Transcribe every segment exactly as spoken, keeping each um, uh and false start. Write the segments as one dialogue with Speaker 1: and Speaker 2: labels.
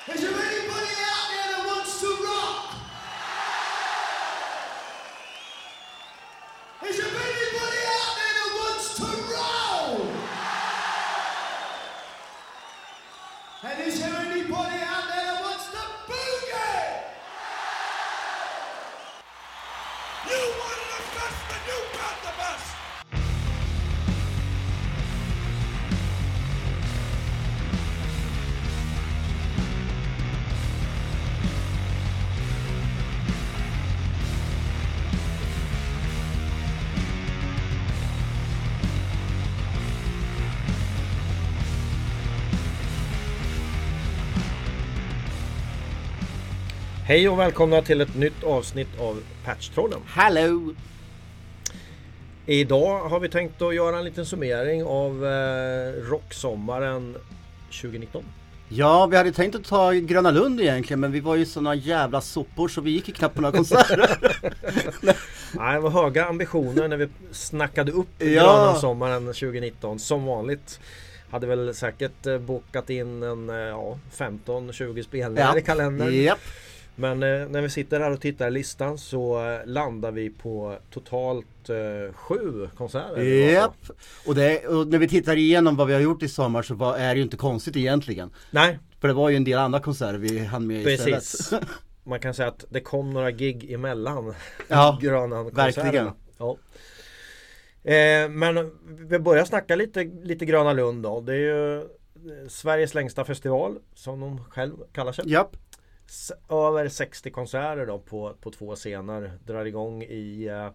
Speaker 1: Is there anybody out there that wants to rock? Is there anybody out there that wants to roll? And is there anybody out there that wants to boogie? You wanted the best, but you got the best.
Speaker 2: Hej och välkomna till ett nytt avsnitt av Patchtrollen.
Speaker 3: Hallå!
Speaker 2: Idag har vi tänkt att göra en liten summering av eh, rocksommaren tjugonitton.
Speaker 3: Ja, vi hade tänkt att ta Gröna Lund egentligen, men vi var ju såna jävla sopor så vi gick ju knappt på några konserter.
Speaker 2: Nej, det var höga ambitioner när vi snackade upp
Speaker 3: Ja.
Speaker 2: Gröna sommaren tjugonitton. Som vanligt hade väl säkert eh, bokat in en eh, ja, femton tjugo spelningar
Speaker 3: Ja.
Speaker 2: i kalendern.
Speaker 3: Japp.
Speaker 2: Men eh, när vi sitter här och tittar i listan så eh, landar vi på totalt eh, sju konserter.
Speaker 3: Japp. Och, det, och när vi tittar igenom vad vi har gjort i sommar så var, är det ju inte konstigt egentligen.
Speaker 2: Nej,
Speaker 3: För det var ju en del andra konserter vi hann med
Speaker 2: precis.
Speaker 3: istället.
Speaker 2: Man kan säga att det kom några gig emellan
Speaker 3: Ja,
Speaker 2: Gröna
Speaker 3: verkligen.
Speaker 2: Ja. Eh, men vi börjar snacka lite, lite Gröna Lund då. Det är ju Sveriges längsta festival som de själv kallar sig.
Speaker 3: Japp.
Speaker 2: S- över sextio konserter då på, på två scener. Drar igång i eh,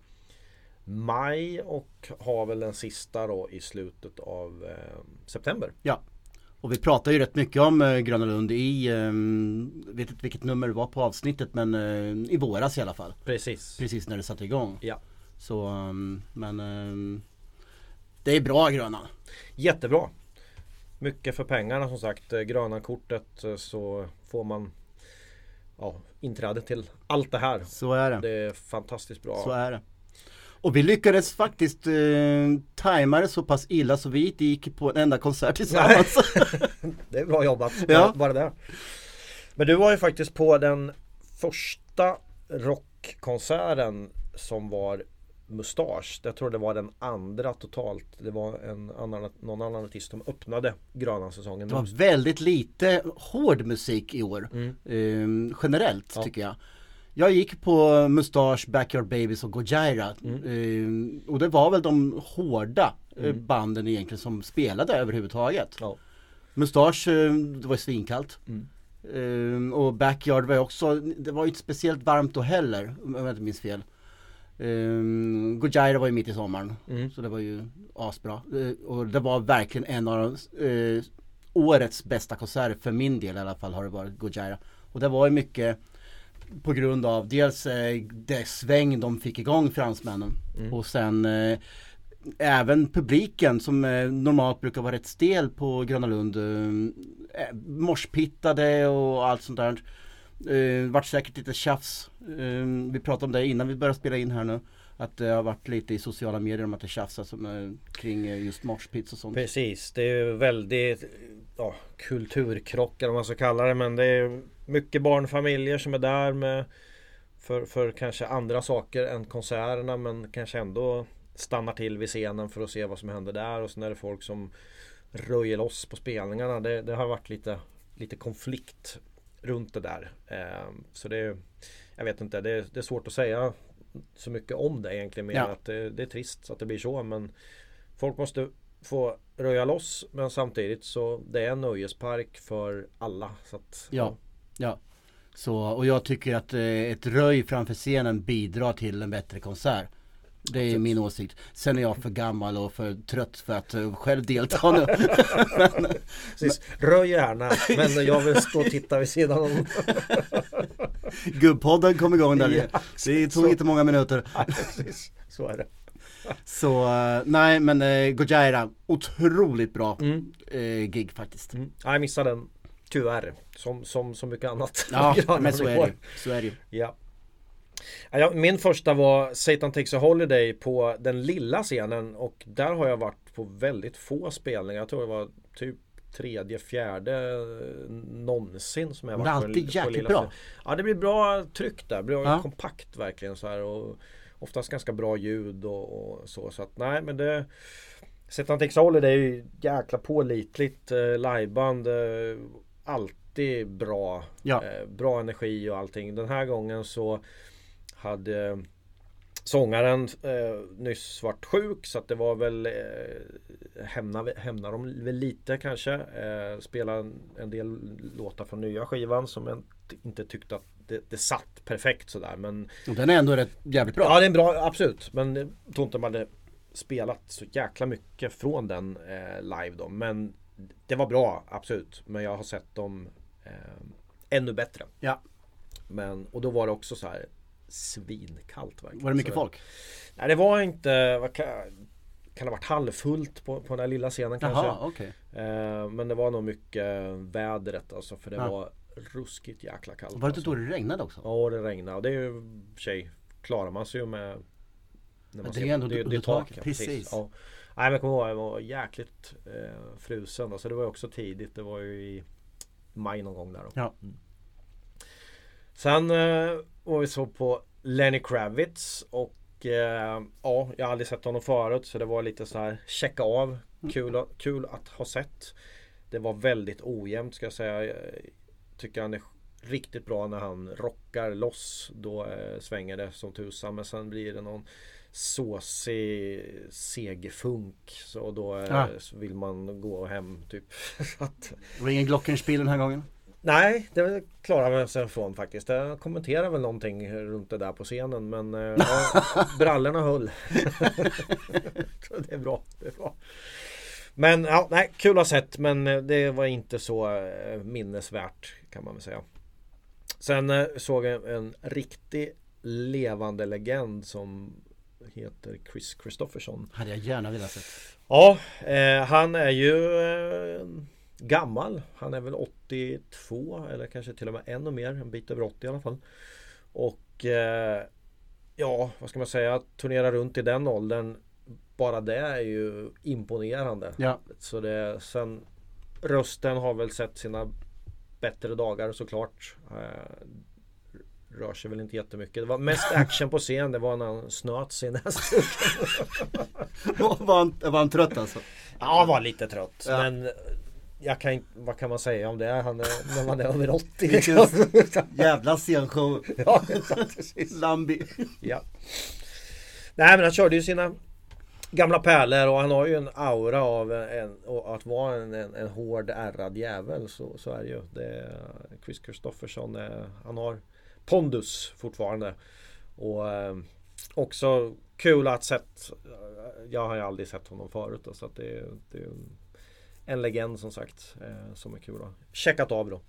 Speaker 2: maj och har väl den sista då i slutet av eh, september.
Speaker 3: Ja. Och vi pratar ju rätt mycket om eh, Gröna Lund i, eh, vet inte vilket nummer det var på avsnittet, men eh, i våras i alla fall.
Speaker 2: Precis.
Speaker 3: Precis när det satte igång.
Speaker 2: Ja.
Speaker 3: Så, um, men um, det är bra Gröna.
Speaker 2: Jättebra. Mycket för pengarna som sagt. Eh, Gröna kortet eh, så får man ja, inträde till allt det här.
Speaker 3: Så är det.
Speaker 2: Det är fantastiskt bra.
Speaker 3: Så är det. Och vi lyckades faktiskt eh, tajma det så pass illa så vi inte gick på en enda konsert tillsammans.
Speaker 2: Det är bra jobbat.
Speaker 3: Ja.
Speaker 2: Bara, bara det. Men du var ju faktiskt på den första rockkonserten som var Mustasch. Jag tror det var den andra totalt. Det var en annan, någon annan artist som öppnade Gröna säsongen.
Speaker 3: Det var väldigt lite hård musik i år.
Speaker 2: Mm.
Speaker 3: Eh, generellt
Speaker 2: Ja.
Speaker 3: tycker jag. Jag gick på Mustasch, Backyard Babies och Gojira.
Speaker 2: Mm.
Speaker 3: Eh, och det var väl de hårda eh,
Speaker 2: Mm.
Speaker 3: banden egentligen som spelade överhuvudtaget.
Speaker 2: Ja.
Speaker 3: Mustasch, eh, det var svinkallt.
Speaker 2: Mm.
Speaker 3: Eh, och Backyard var ju också, det var ju inte speciellt varmt då heller, om jag inte minns fel. Um, Gojira var ju mitt i sommaren.
Speaker 2: Mm.
Speaker 3: Så det var ju asbra. Uh, och det var verkligen en av uh, årets bästa konserter för min del i alla fall har det varit Gojira. Och det var ju mycket på grund av dels uh, det sväng de fick igång fransmännen.
Speaker 2: Mm.
Speaker 3: Och sen uh, även publiken som uh, normalt brukar vara rätt stel på Gröna Lund uh, morspittade och allt sånt där. Uh, vart säkert lite tjafs. Uh, vi pratade om det innan vi började spela in här nu. Att det har varit lite i sociala medier om att det tjafsas som, uh, kring uh, just morspits och sånt.
Speaker 2: Precis, det är ju väldigt ja, kulturkrockar om man så kallar det. Men det är mycket barnfamiljer som är där med för, för kanske andra saker än konserterna. Men kanske ändå stannar till vid scenen för att se vad som händer där. Och sen är det folk som röjer loss på spelningarna. Det, det har varit lite, lite konflikt runt det där. Eh, så det, jag vet inte, det, det är svårt att säga så mycket om det egentligen. Mer
Speaker 3: Ja.
Speaker 2: att det, det är trist att det blir så, men folk måste få röja loss, men samtidigt så det är en nöjespark för alla. Så att,
Speaker 3: Ja, ja. Så, och jag tycker att eh, ett röj framför scenen bidrar till en bättre konsert. Det är
Speaker 2: Absolut.
Speaker 3: min åsikt. Sen är jag för gammal och för trött för att uh, själv delta nu. men,
Speaker 2: Precis, röj gärna, men jag vill stå och titta vid sidan om.
Speaker 3: Gubbpodden kom igång där.
Speaker 2: Ja,
Speaker 3: Det tog
Speaker 2: så.
Speaker 3: inte många minuter.
Speaker 2: Ja, precis, så är det.
Speaker 3: Så uh, nej, men uh, Gojira, otroligt bra
Speaker 2: Mm.
Speaker 3: uh, gig faktiskt.
Speaker 2: Mm. Jag missade den, tyvärr, som, som så mycket annat.
Speaker 3: Ja,
Speaker 2: Gröna
Speaker 3: men så är det
Speaker 2: år.
Speaker 3: ju. Så är det ju.
Speaker 2: Ja. Ja, min första var Satan Takes a Holiday på den lilla scenen, och där har jag varit på väldigt få spelningar. Jag tror det var typ tredje, fjärde någonsin som jag
Speaker 3: Men det är
Speaker 2: varit
Speaker 3: alltid
Speaker 2: på
Speaker 3: jäkligt
Speaker 2: lilla
Speaker 3: bra.
Speaker 2: scen. Ja, det blir bra tryck där. Bra
Speaker 3: Ja.
Speaker 2: kompakt verkligen så här och oftast ganska bra ljud och, och så. Så att nej, men det Setantics Holiday är ju jäkla pålitligt eh, liveband. Eh, alltid bra.
Speaker 3: Ja.
Speaker 2: Eh, bra energi och allting. Den här gången så hade sångaren eh, nyss varit sjuk så att det var väl eh, hämna, hämna dem väl lite kanske. Eh, spela en, en del låtar från nya skivan som jag inte tyckte att det, det satt perfekt sådär. Men
Speaker 3: Och den är ändå rätt jävligt bra.
Speaker 2: ja, det är en bra, absolut. Men jag tror inte man hade spelat så jäkla mycket från den eh, live då. Men det var bra, absolut. Men jag har sett dem eh, ännu bättre.
Speaker 3: Ja.
Speaker 2: Men, och då var det också så här svinkallt verkligen.
Speaker 3: Var det mycket
Speaker 2: så,
Speaker 3: folk?
Speaker 2: Nej, det var inte, vad kan, kan det ha varit halvfullt på, på den här lilla scenen kanske.
Speaker 3: Jaha, okej.
Speaker 2: Eh, men det var nog mycket vädret alltså, för det
Speaker 3: Ja.
Speaker 2: var ruskigt jäkla kallt.
Speaker 3: Var det inte
Speaker 2: alltså.
Speaker 3: då det regnade också?
Speaker 2: Ja, det regnade. Och det är ju för sig, klarar man sig ju med när man
Speaker 3: det är
Speaker 2: ser-
Speaker 3: ändå
Speaker 2: det, det är
Speaker 3: under
Speaker 2: tak,
Speaker 3: taket.
Speaker 2: ja,
Speaker 3: Precis.
Speaker 2: Ja. Nej, men jag kommer ihåg, jag var jäkligt eh, frusen. Alltså, det var ju också tidigt. Det var ju i maj någon gång där då.
Speaker 3: Ja.
Speaker 2: Mm. Sen eh, var vi så på Lenny Kravitz och eh, ja, jag har aldrig sett honom förut så det var lite så här checka av. Kul, att- kul att ha sett. Det var väldigt ojämnt ska jag säga. Jag tycker han är riktigt bra när han rockar loss. Då eh, svänger det som tusan. Men sen blir det någon såsig segfunk. Så då eh,
Speaker 3: Ja.
Speaker 2: så vill man gå hem typ. Så att,
Speaker 3: Det var ingen glockenspiel den här gången?
Speaker 2: nej, det klarar man sig från faktiskt. Jag kommenterar väl någonting runt det där på scenen. Men eh, ja, brallorna höll. Så det är bra. Det är bra. Men ja, nej, kul att ha sett. Men eh, det var inte så eh, minnesvärt kan man väl säga. Sen eh, såg jag en riktig levande legend som heter Chris Christopherson.
Speaker 3: Hade jag gärna velat sett.
Speaker 2: Ja, eh, han är ju eh, gammal. Han är väl åttiotvå eller kanske till och med ännu mer. En bit över åttio i alla fall. Och eh, ja, vad ska man säga? Turnera runt i den åldern. Bara det är ju imponerande.
Speaker 3: Ja.
Speaker 2: Så det, sen rösten har väl sett sina bättre dagar såklart. Eh, rör sig väl inte jättemycket. Det var mest action på scen. Det var när han snöt sig nästan.
Speaker 3: var, han, var han trött alltså?
Speaker 2: Ja, han var lite trött.
Speaker 3: Ja.
Speaker 2: Men jag kan inte, vad kan man säga om det? Han är, när man är över åttio.
Speaker 3: Vilken
Speaker 2: Liksom.
Speaker 3: jävla scenshow.
Speaker 2: Ja, exakt, precis.
Speaker 3: Lambi.
Speaker 2: Ja. Nej, men han körde ju sina gamla pärlor och han har ju en aura av en, och att vara en, en, en hård ärrad jävel. Så, så är det ju. Det är, Chris Christopherson, är, han har pondus fortfarande. Och eh, också kul att sett. Jag har ju aldrig sett honom förut då, så att det, det är en legend som sagt eh, som är kul att checkat av då.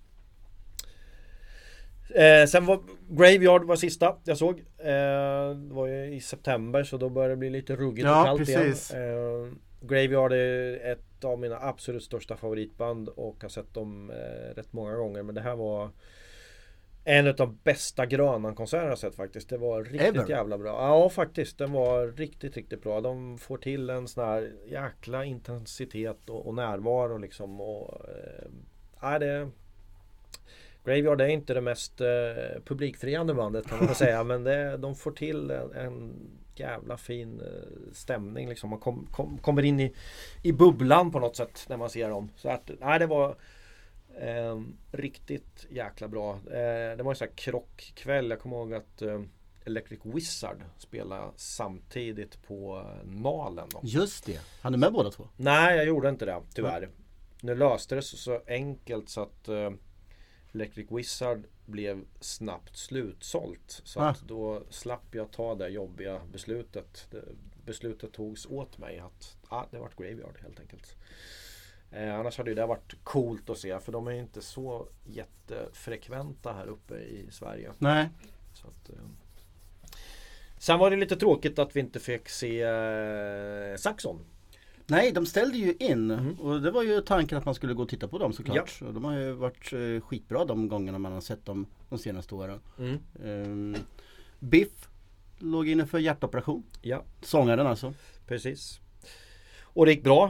Speaker 2: Eh, sen var Graveyard var sista jag såg. Eh, det var ju i september så då började det bli lite ruggigt
Speaker 3: Ja,
Speaker 2: och kallt
Speaker 3: precis.
Speaker 2: igen. Eh, Graveyard är ett av mina absolut största favoritband och har sett dem eh, rätt många gånger. Men det här var en av de bästa Grönan-konserter jag har sett faktiskt. Det var riktigt
Speaker 3: Ever?
Speaker 2: jävla bra. Ja, faktiskt. Den var riktigt, riktigt bra. De får till en sån här jäkla intensitet och, och närvaro liksom. Och, eh, ja, det... Graveyard är inte det mest eh, publikfriande bandet kan man väl säga. Men det, de får till en, en jävla fin eh, stämning liksom. Man kom, kom, kommer in i, i bubblan på något sätt när man ser dem. Så att, nej, det var eh, riktigt jäkla bra. Eh, det var en sån här krockkväll. Jag kommer ihåg att eh, Electric Wizard spelade samtidigt på eh, Nalen då.
Speaker 3: Just det. Han är med båda två.
Speaker 2: Nej, jag gjorde inte det tyvärr. Nu löste det så, så enkelt så att eh, Electric Wizard blev snabbt slutsålt. Så
Speaker 3: Ah.
Speaker 2: att då slapp jag ta det jobbiga beslutet. Det, beslutet togs åt mig att ah, det var Graveyard helt enkelt. Eh, annars hade ju det varit coolt att se. För de är inte så jättefrekventa här uppe i Sverige.
Speaker 3: Nej.
Speaker 2: Så att, eh. Sen var det lite tråkigt att vi inte fick se eh, Saxon.
Speaker 3: Nej, de ställde ju in
Speaker 2: Mm.
Speaker 3: och det var ju tanken att man skulle gå och titta på dem såklart.
Speaker 2: Ja.
Speaker 3: Och de har ju varit eh, skitbra de gångerna man har sett dem de senaste åren.
Speaker 2: Mm.
Speaker 3: Ehm, Biff låg inne för hjärtoperation.
Speaker 2: Ja.
Speaker 3: Sångaren alltså.
Speaker 2: Precis. Och det gick bra.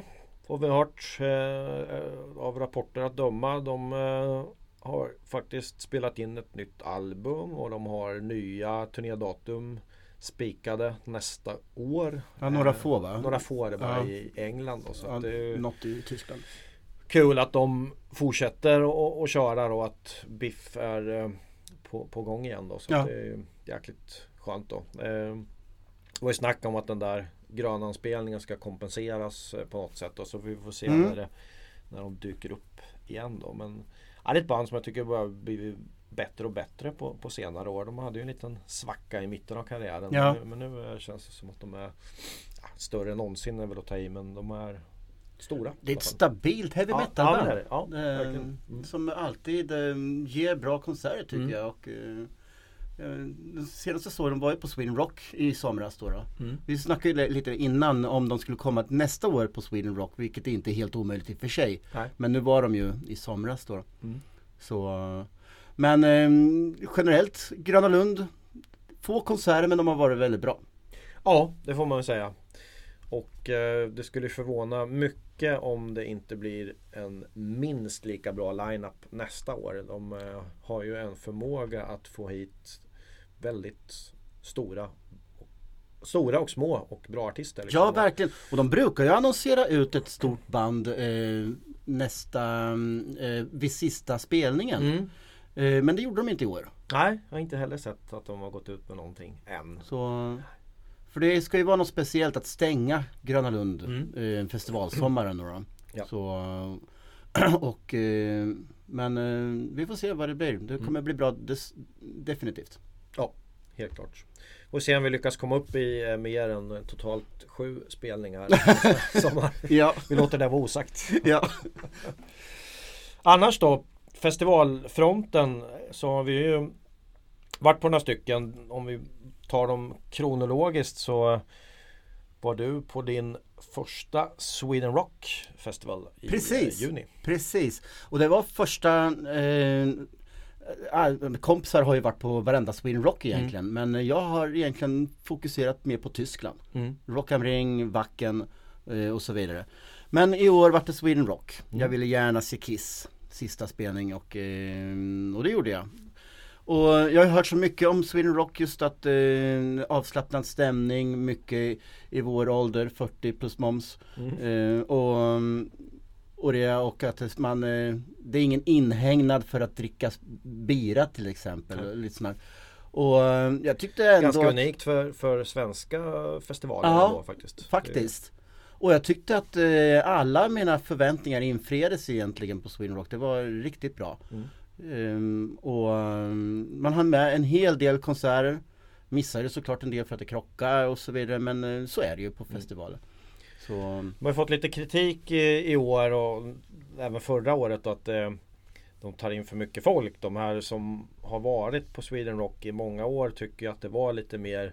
Speaker 2: har vi hört eh, av rapporter att döma. De eh, har faktiskt spelat in ett nytt album och de har nya turnédatum spikade nästa år.
Speaker 3: Ja, några få va?
Speaker 2: Några få är det bara
Speaker 3: Ja.
Speaker 2: i England. Då, så
Speaker 3: Ja,
Speaker 2: att det är
Speaker 3: något i Tyskland.
Speaker 2: kul att de fortsätter och, och köra och att Biff är eh, på, på gång igen då. Så
Speaker 3: Ja.
Speaker 2: att det är jäkligt skönt då. Eh, det var ju snack om att den där Grönanspelningen ska kompenseras eh, på något sätt då, så vi får se
Speaker 3: Mm.
Speaker 2: när, det, när de dyker upp igen då. Men ja, det är ett band som jag tycker bara blivit bättre och bättre på, på senare år. De hade ju en liten svacka i mitten av karriären.
Speaker 3: Ja.
Speaker 2: Men, nu, men nu eh, känns det som att de är ja, större än någonsin är väl att ta i, men de är stora.
Speaker 3: Det är ett stabilt heavy
Speaker 2: Ja,
Speaker 3: metal
Speaker 2: ja,
Speaker 3: band.
Speaker 2: det är det. Ja,
Speaker 3: Eh,
Speaker 2: verkligen. Mm.
Speaker 3: Som alltid eh, ger bra konserter tycker
Speaker 2: Mm.
Speaker 3: jag. Och, eh, eh, den senaste åren var ju på Sweden Rock i somras då. då.
Speaker 2: Mm.
Speaker 3: Vi snackade ju li- lite innan om de skulle komma nästa år på Sweden Rock, vilket inte är helt omöjligt i och för sig.
Speaker 2: Nej.
Speaker 3: Men nu var de ju i somras då.
Speaker 2: Mm.
Speaker 3: Så, eh, men eh, generellt, Gröna Lund, få konserter men de har varit väldigt bra.
Speaker 2: Ja, det får man väl säga. Och eh, det skulle förvåna mycket om det inte blir en minst lika bra lineup nästa år. De eh, har ju en förmåga att få hit väldigt stora stora och små och bra artister. liksom.
Speaker 3: Ja, verkligen. Och de brukar ju annonsera ut ett stort band eh, nästa, eh, vid sista spelningen.
Speaker 2: Mm.
Speaker 3: Eh, men det gjorde de inte i år.
Speaker 2: Nej, jag har inte heller sett att de har gått ut med någonting än.
Speaker 3: Så, för det ska ju vara något speciellt att stänga Gröna Lund
Speaker 2: Mm.
Speaker 3: eh, festivalsommaren. Då då.
Speaker 2: Ja.
Speaker 3: Så, och, eh, men eh, vi får se vad det blir. Det kommer
Speaker 2: Mm.
Speaker 3: bli bra des, definitivt.
Speaker 2: Ja, helt klart. Och se om vi lyckas komma upp i eh, mer än eh, totalt sju spelningar nästa sommar.
Speaker 3: Ja.
Speaker 2: Vi låter det vara osagt.
Speaker 3: Ja.
Speaker 2: Annars då, festivalfronten, så har vi ju varit på några stycken. Om vi tar dem kronologiskt så var du på din första Sweden Rock Festival i
Speaker 3: Precis.
Speaker 2: eh, juni.
Speaker 3: Precis. Och det var första eh, äh, kompisar har ju varit på varenda Sweden Rock egentligen. Men jag har egentligen fokuserat mer på Tyskland.
Speaker 2: Mm.
Speaker 3: Rock am Ring, Wacken eh, och så vidare. Men i år var det Sweden Rock.
Speaker 2: Mm.
Speaker 3: Jag ville gärna se Kiss sista spelning och, eh, och det gjorde jag. Och jag har hört så mycket om Sweden Rock, just att eh, avslappnad stämning, mycket i vår ålder, fyrtio plus moms.
Speaker 2: Mm.
Speaker 3: Eh, och, och det och att man, eh, det är ingen inhägnad för att dricka bira till exempel.
Speaker 2: Mm.
Speaker 3: Lite sån här. Och eh, jag tyckte ändå
Speaker 2: Ganska
Speaker 3: att,
Speaker 2: unikt för, för svenska festivaler
Speaker 3: Ja,
Speaker 2: ändå, faktiskt.
Speaker 3: faktiskt. Och jag tyckte att eh, alla mina förväntningar infriades egentligen på Sweden Rock. Det var riktigt bra.
Speaker 2: Mm.
Speaker 3: Um, och um, man har med en hel del konserter. Missade såklart en del för att det krockar och så vidare. Men uh, så är det ju på festivaler. Så,
Speaker 2: Man har fått lite kritik i, i år och även förra året att eh, de tar in för mycket folk. De här som har varit på Sweden Rock i många år tycker att det var lite mer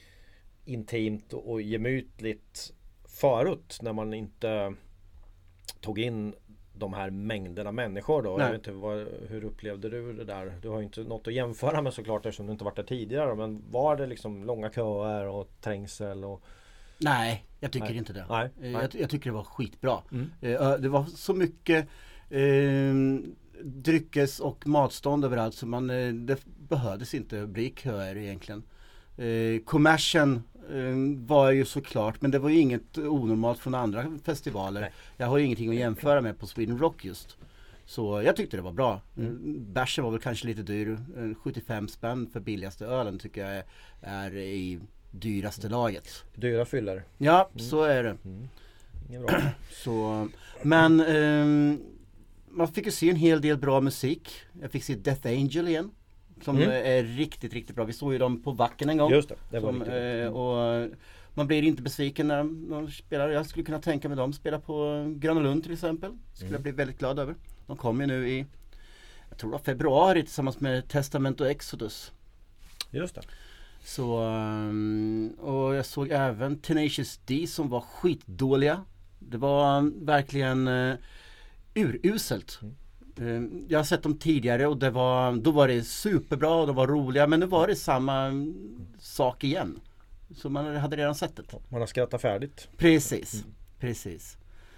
Speaker 2: intimt och gemytligt förut när man inte tog in de här mängderna människor då.
Speaker 3: Nej.
Speaker 2: Jag vet inte, vad, hur upplevde du det där? Du har ju inte något att jämföra med såklart eftersom du inte varit där tidigare, men var det liksom långa köer och trängsel och...
Speaker 3: nej, jag tycker
Speaker 2: Nej.
Speaker 3: inte det.
Speaker 2: Nej,
Speaker 3: Eh,
Speaker 2: nej.
Speaker 3: Jag, jag tycker det var skitbra.
Speaker 2: Mm.
Speaker 3: Eh, Det var så mycket eh, dryckes och matstånd överallt så man, eh, det behövdes inte bli köer egentligen. Eh, kommersen eh, var ju såklart, men det var ju inget onormalt från andra festivaler.
Speaker 2: Nej.
Speaker 3: Jag har ju ingenting att jämföra med på Sweden Rock just. Så jag tyckte det var bra.
Speaker 2: Mm.
Speaker 3: Mm. Bärsen var väl kanske lite dyr. Eh, sjuttiofem spänn för billigaste ölen tycker jag är, är i dyraste laget.
Speaker 2: Dyra fyller.
Speaker 3: Ja, så är det.
Speaker 2: Mm. Ingen bra.
Speaker 3: Så, men ehm, man fick ju se en hel del bra musik. Jag fick se Death Angel igen. Som
Speaker 2: Mm.
Speaker 3: är riktigt, riktigt bra. Vi såg ju dem på Wacken en gång.
Speaker 2: Just det, det var
Speaker 3: som,
Speaker 2: riktigt
Speaker 3: eh,
Speaker 2: bra.
Speaker 3: och man blir inte besviken när de, de spelar. Jag skulle kunna tänka mig dem spela på Gröna Lund till exempel. Skulle
Speaker 2: Mm.
Speaker 3: jag bli väldigt glad över. De kom ju nu i, jag tror det var februari tillsammans med Testament och Exodus.
Speaker 2: Just det.
Speaker 3: Så, um, och jag såg även Tenacious D som var skitdåliga. Det var um, verkligen uh, uruselt.
Speaker 2: Mm.
Speaker 3: Um, jag har sett dem tidigare och det var, då var det superbra och de var roliga, men nu var det samma um, sak igen. Så man hade redan sett det.
Speaker 2: Man har skrattat färdigt.
Speaker 3: Precis, precis.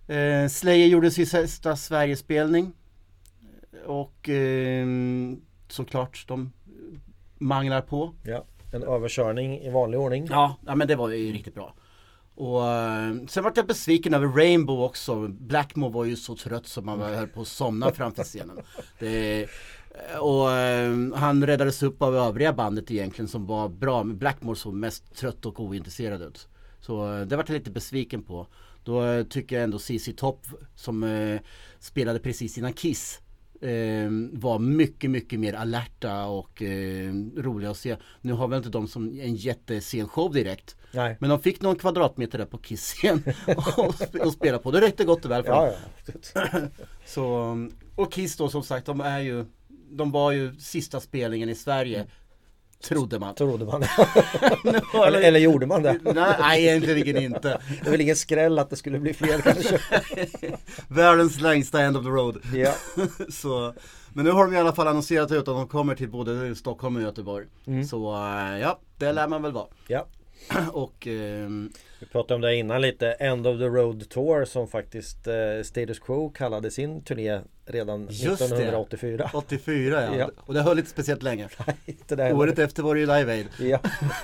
Speaker 3: Eh, Slayer gjorde sin sista Sverigespelning. Och eh, såklart de manglar på.
Speaker 2: Ja, en överkörning i vanlig ordning.
Speaker 3: Ja, ja men det var ju riktigt bra. Och uh, sen var jag besviken över Rainbow också. Blackmore var ju så trött som man höll på att somna framför scenen. Det, och uh, han räddades upp av övriga bandet egentligen som var bra. Men Blackmore såg mest trött och ointresserad ut. Så uh, det var jag lite besviken på. Då uh, tycker jag ändå C C Top som uh, spelade precis innan Kiss Eh, var mycket, mycket mer alerta och eh, roliga att se. Nu har väl inte de som en jättesen show direkt.
Speaker 2: Nej.
Speaker 3: Men de fick någon kvadratmeter där på Kiss-scen och, och spela på. Det räckte gott och väl för
Speaker 2: Ja, ja.
Speaker 3: Så, och Kiss då som sagt, de är ju de var ju sista spelningen i Sverige. Trodde man.
Speaker 2: Trodde man. eller, eller gjorde man det?
Speaker 3: Nej, egentligen inte.
Speaker 2: Det är väl ingen skräll att det skulle bli fler kanske.
Speaker 3: Världens längsta end of the road.
Speaker 2: Ja.
Speaker 3: Så, men nu har de i alla fall annonserat ut att de kommer till både Stockholm och Göteborg.
Speaker 2: Mm.
Speaker 3: Så ja, det lär man väl vara.
Speaker 2: Ja.
Speaker 3: Och ehm,
Speaker 2: vi pratade om det innan lite, End of the Road Tour som faktiskt eh, Status Quo kallade sin turné redan nittonhundraåttiofyra.
Speaker 3: Det. åttiofyra ja.
Speaker 2: Ja.
Speaker 3: Och det höll inte speciellt länge.
Speaker 2: Nej, inte det.
Speaker 3: Året efter var det ju Live Aid.
Speaker 2: Ja.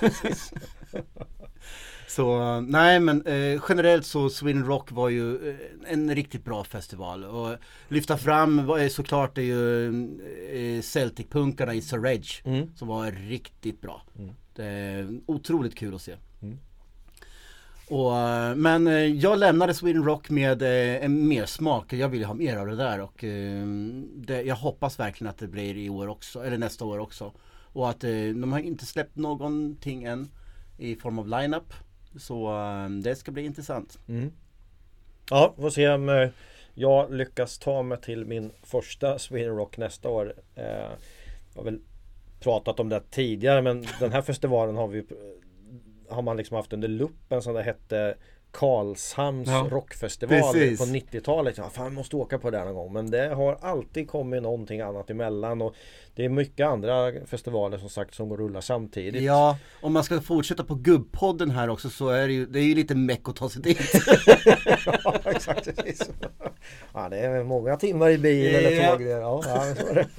Speaker 3: Så nej men eh, generellt så Sweden Rock var ju eh, en riktigt bra festival. Och lyfta fram var är såklart är ju eh, Celtic-punkarna i Surrege
Speaker 2: Mm.
Speaker 3: som var riktigt bra.
Speaker 2: Mm.
Speaker 3: Det är otroligt kul att se.
Speaker 2: Mm.
Speaker 3: Och, men jag lämnade Sweden Rock med eh, en mer smak. Jag vill ha mer av det där och eh, det, jag hoppas verkligen att det blir i år också, eller nästa år också. Och att eh, de har inte släppt någonting än i form av lineup. Så eh, det ska bli intressant.
Speaker 2: Mm. Ja, får se om eh, jag lyckas ta mig till min första Sweden Rock nästa år. Eh, jag har väl pratat om det tidigare, men den här festivalen har vi har man liksom haft under luppen som det hette Karlshamns
Speaker 3: ja,
Speaker 2: rockfestival
Speaker 3: precis.
Speaker 2: på nittiotalet. Ja, fan, jag måste åka på det någon gång. Men det har alltid kommit någonting annat emellan och det är mycket andra festivaler som sagt som går rullar samtidigt.
Speaker 3: Ja, om man ska fortsätta på gubbpodden här också så är det ju, det är ju lite meck att ta sig dit.
Speaker 2: Ja, exakt. Ja, det är många timmar i bil eller
Speaker 3: ja.
Speaker 2: tåg. Ja, ja, så är det.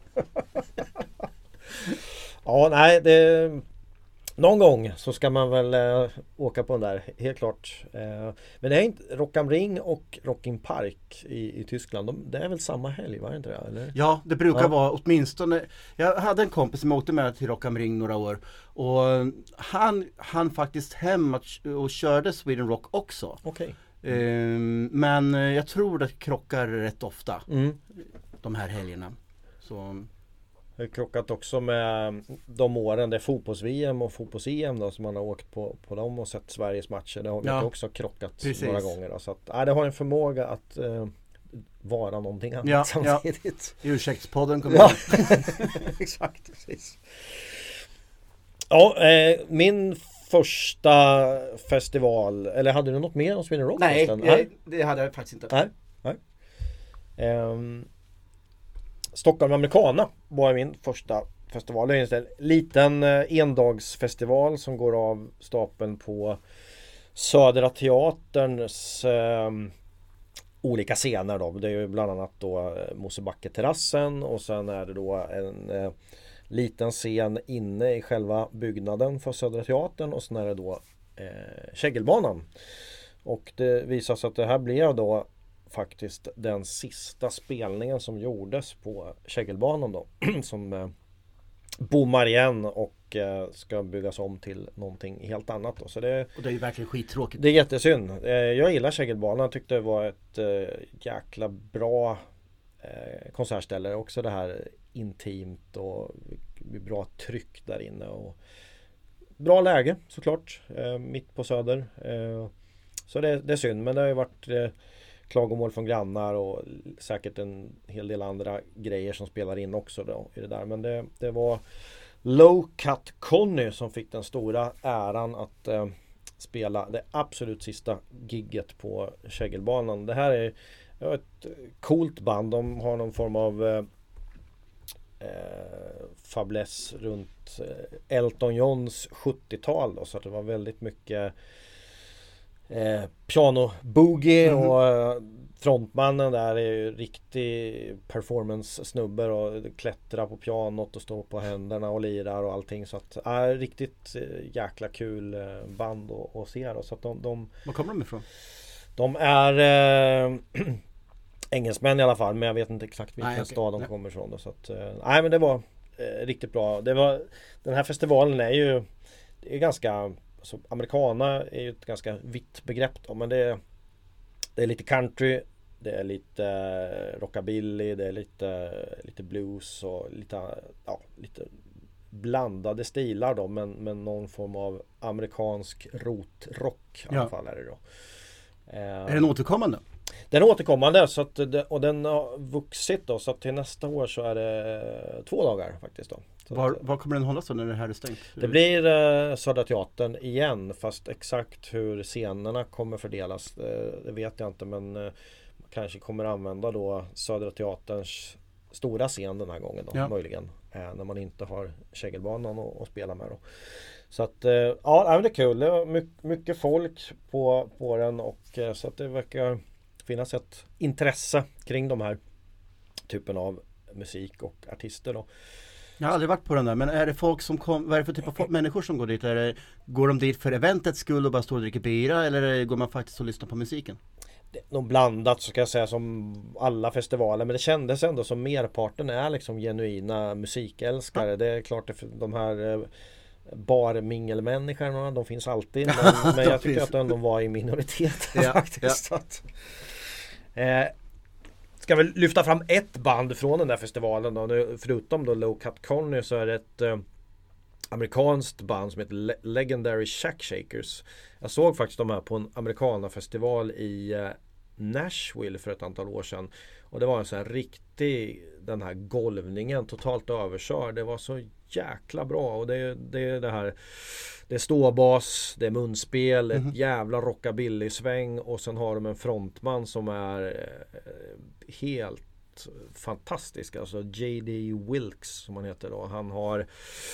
Speaker 2: Ja, nej, det någon gång så ska man väl äh, åka på den där, helt klart. Äh, men det är inte Rock am Ring och Rocking Park i, i Tyskland. De, det är väl samma helg, var det inte det? Eller?
Speaker 3: Ja, det brukar
Speaker 2: Ja.
Speaker 3: vara åtminstone. Jag hade en kompis som åkte med till Rock am Ring några år. Och han, han faktiskt hem och körde Sweden Rock också.
Speaker 2: Okej.
Speaker 3: Ehm, men jag tror det krockar rätt ofta,
Speaker 2: Mm.
Speaker 3: de här helgerna. Så...
Speaker 2: Jag har krockat också med de åren det är fotbolls-V M och fotbolls-E M då, som man har åkt på, på dem och sett Sveriges matcher. Det har vi
Speaker 3: Ja.
Speaker 2: också krockat
Speaker 3: Precis.
Speaker 2: några gånger. Då, så att, ja, det har en förmåga att eh, vara någonting annat
Speaker 3: Ja,
Speaker 2: samtidigt.
Speaker 3: ja. Ursäktspodden kommer
Speaker 2: Ja, exakt. Precis. Ja, eh, min första festival, eller hade du något mer om Sweden Rock?
Speaker 3: Nej,
Speaker 2: förresten?
Speaker 3: jag, det hade jag faktiskt inte.
Speaker 2: Nej, nej. Ehm, Stockholm Americana var min första festival. Det är en liten eh, endagsfestival som går av stapeln på Södra Teaterns eh, olika scener då. Det är ju bland annat då eh, Mosebacke-terrassen och sen är det då en eh, liten scen inne i själva byggnaden för Södra Teatern och sen är det då eh, Kägelbanan. Och det visar sig att det här blev då faktiskt den sista spelningen som gjordes på Kägelbanan då som eh, bommar igen och eh, ska byggas om till någonting helt annat då. Så det,
Speaker 3: Och det är ju verkligen skittråkigt.
Speaker 2: det är jättesynd. Eh, jag gillar Kägelbanan, tyckte det var ett eh, jäkla bra eh, konsertställe. Också det här intimt och bra tryck där inne och bra läge såklart, eh, mitt på Söder. Eh, så det, det är synd, men det har ju varit eh, klagomål från grannar och säkert en hel del andra grejer som spelar in också då i det där. Men det, det var Low Cut Conny som fick den stora äran att eh, spela det absolut sista gigget på Kägelbanan. Det här är ja, ett coolt band. De har någon form av eh, eh, fäbless runt eh, Elton Johns sjuttiotal då, så att det var väldigt mycket eh, piano boogie
Speaker 3: Mhm.
Speaker 2: och eh, frontmannen där är ju riktig performance snubber och klättrar på pianot och står på händerna och lirar och allting, så att är äh, riktigt eh, jäkla kul eh, band att, att se då. Så att de, de,
Speaker 3: Var kommer de ifrån?
Speaker 2: de är eh, engelsmän i alla fall, men jag vet inte exakt vilken
Speaker 3: Nej, okej.
Speaker 2: stad de
Speaker 3: Nej.
Speaker 2: kommer ifrån då, så att eh, nej, men det var eh, riktigt bra. Det var, den här festivalen är ju det är ganska, alltså, americana är ju ett ganska vitt begrepp då, men det är, det är lite country, det är lite eh, rockabilly, det är lite, lite blues och lite, ja, lite blandade stilar då, men, men någon form av amerikansk rotrock i alla
Speaker 3: Ja.
Speaker 2: fall är det då. Eh,
Speaker 3: Är den återkommande?
Speaker 2: Den är återkommande, så att det, och den har vuxit då, så att till nästa år så är det två dagar faktiskt då. Så
Speaker 3: Var,
Speaker 2: att,
Speaker 3: var kommer den hållas då när det här är stängt?
Speaker 2: det blir eh, Södra Teatern igen, fast exakt hur scenerna kommer fördelas eh, det vet jag inte, men eh, kanske kommer använda då Södra Teaterns stora scen den här gången då,
Speaker 3: Ja.
Speaker 2: möjligen, eh, när man inte har Kägelbanan att, att spela med då. Så att eh, ja, nej, men det är kul, det var mycket, mycket folk på, på den, och eh, så att det verkar finnas ett intresse kring de här typen av musik och artister då.
Speaker 3: Jag har aldrig varit på den där, men är det folk som kom, vad är det för typ av folk, människor som går dit? Är det, går de dit för eventets skull och bara står och dricker bira, eller är det, går man faktiskt och lyssnar på musiken?
Speaker 2: Det är nog blandat, så ska jag säga, som alla festivaler, men det kändes ändå som merparten är liksom genuina musikälskare. Ja. Det är klart att de här eh, barmingelmänniskorna, de finns alltid, men, men jag tycker att de ändå var i minoritet
Speaker 3: Ja,
Speaker 2: faktiskt. Ja. Att, eh, ska väl lyfta fram ett band från den där festivalen då. Nu, förutom då Low Cut Conny, så är det ett eh, amerikanskt band som heter Le- Legendary Shack Shakers. Jag såg faktiskt de här på en amerikanafestival i eh, Nashville för ett antal år sedan, och det var en sån här riktig, den här golvningen totalt överkörd. Det var så jäkla bra, och det, det är det här, det är ståbas, det är munspel,
Speaker 3: Mhm.
Speaker 2: ett jävla rockabilly-sväng, och sen har de en frontman som är eh, helt fantastisk, alltså J D Wilkes som han heter då. Han har,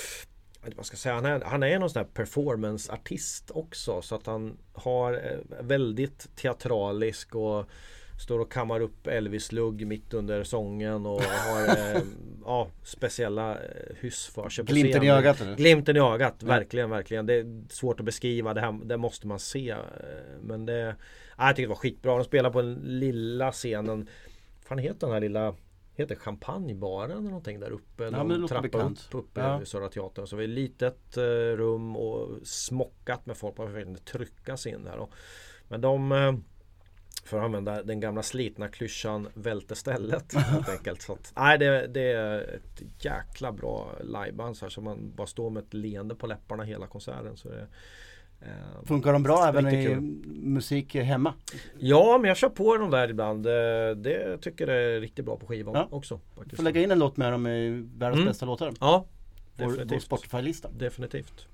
Speaker 2: vad ska jag säga, han är, han är någon sån här performance-artist också, så att han har eh, väldigt teatralisk och står och kammar upp Elvis-lugg mitt under sången och har eh, ja, speciella eh, hyss för sig på
Speaker 3: Glimten i
Speaker 2: scenen.
Speaker 3: ögat, eller?
Speaker 2: Glimten i ögat,
Speaker 3: Ja.
Speaker 2: verkligen, verkligen. Det är svårt att beskriva, det här, det måste man se. eh, Men det, ja, jag tycker det var skitbra. De spelar på den lilla scenen. Fan heter den här lilla, heter champagnebaren eller någonting där uppe?
Speaker 3: Ja,
Speaker 2: De
Speaker 3: men det låter
Speaker 2: trappar
Speaker 3: bekant.
Speaker 2: upp uppe
Speaker 3: Ja.
Speaker 2: vid Södra Teatern. Så vi är ett litet eh, rum och smockat med folk. Man får inte trycka sig in där då. Men de, eh, för att använda den gamla slitna klyschan, välte stället helt enkelt. Så att, nej, det, det är ett jäkla bra liveband så här, så man bara står med ett leende på läpparna hela konserten. Så det, eh,
Speaker 3: Funkar de bra även
Speaker 2: riktigt
Speaker 3: i
Speaker 2: kul.
Speaker 3: musik hemma?
Speaker 2: Ja, men jag kör på dem där ibland. Eh, Det tycker jag är riktigt bra på skivan
Speaker 3: Ja.
Speaker 2: också. Faktiskt.
Speaker 3: Får lägga in en låt med dem i världens
Speaker 2: Mm.
Speaker 3: bästa låtar.
Speaker 2: Ja,
Speaker 3: Vår, vår
Speaker 2: definitivt.
Speaker 3: Spotify-lista.
Speaker 2: Definitivt.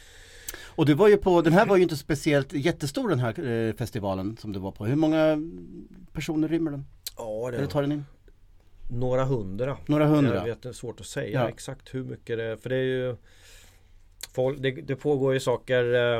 Speaker 3: Och du var ju på, den här var ju inte speciellt jättestor, den här eh, festivalen som du var på. Hur många personer rymmer den?
Speaker 2: Ja,
Speaker 3: Eller
Speaker 2: det
Speaker 3: tar den in?
Speaker 2: några hundra.
Speaker 3: Några hundra?
Speaker 2: Jag vet, det är svårt att säga
Speaker 3: Ja.
Speaker 2: exakt hur mycket det är. För det är ju folk, det, det pågår ju saker eh,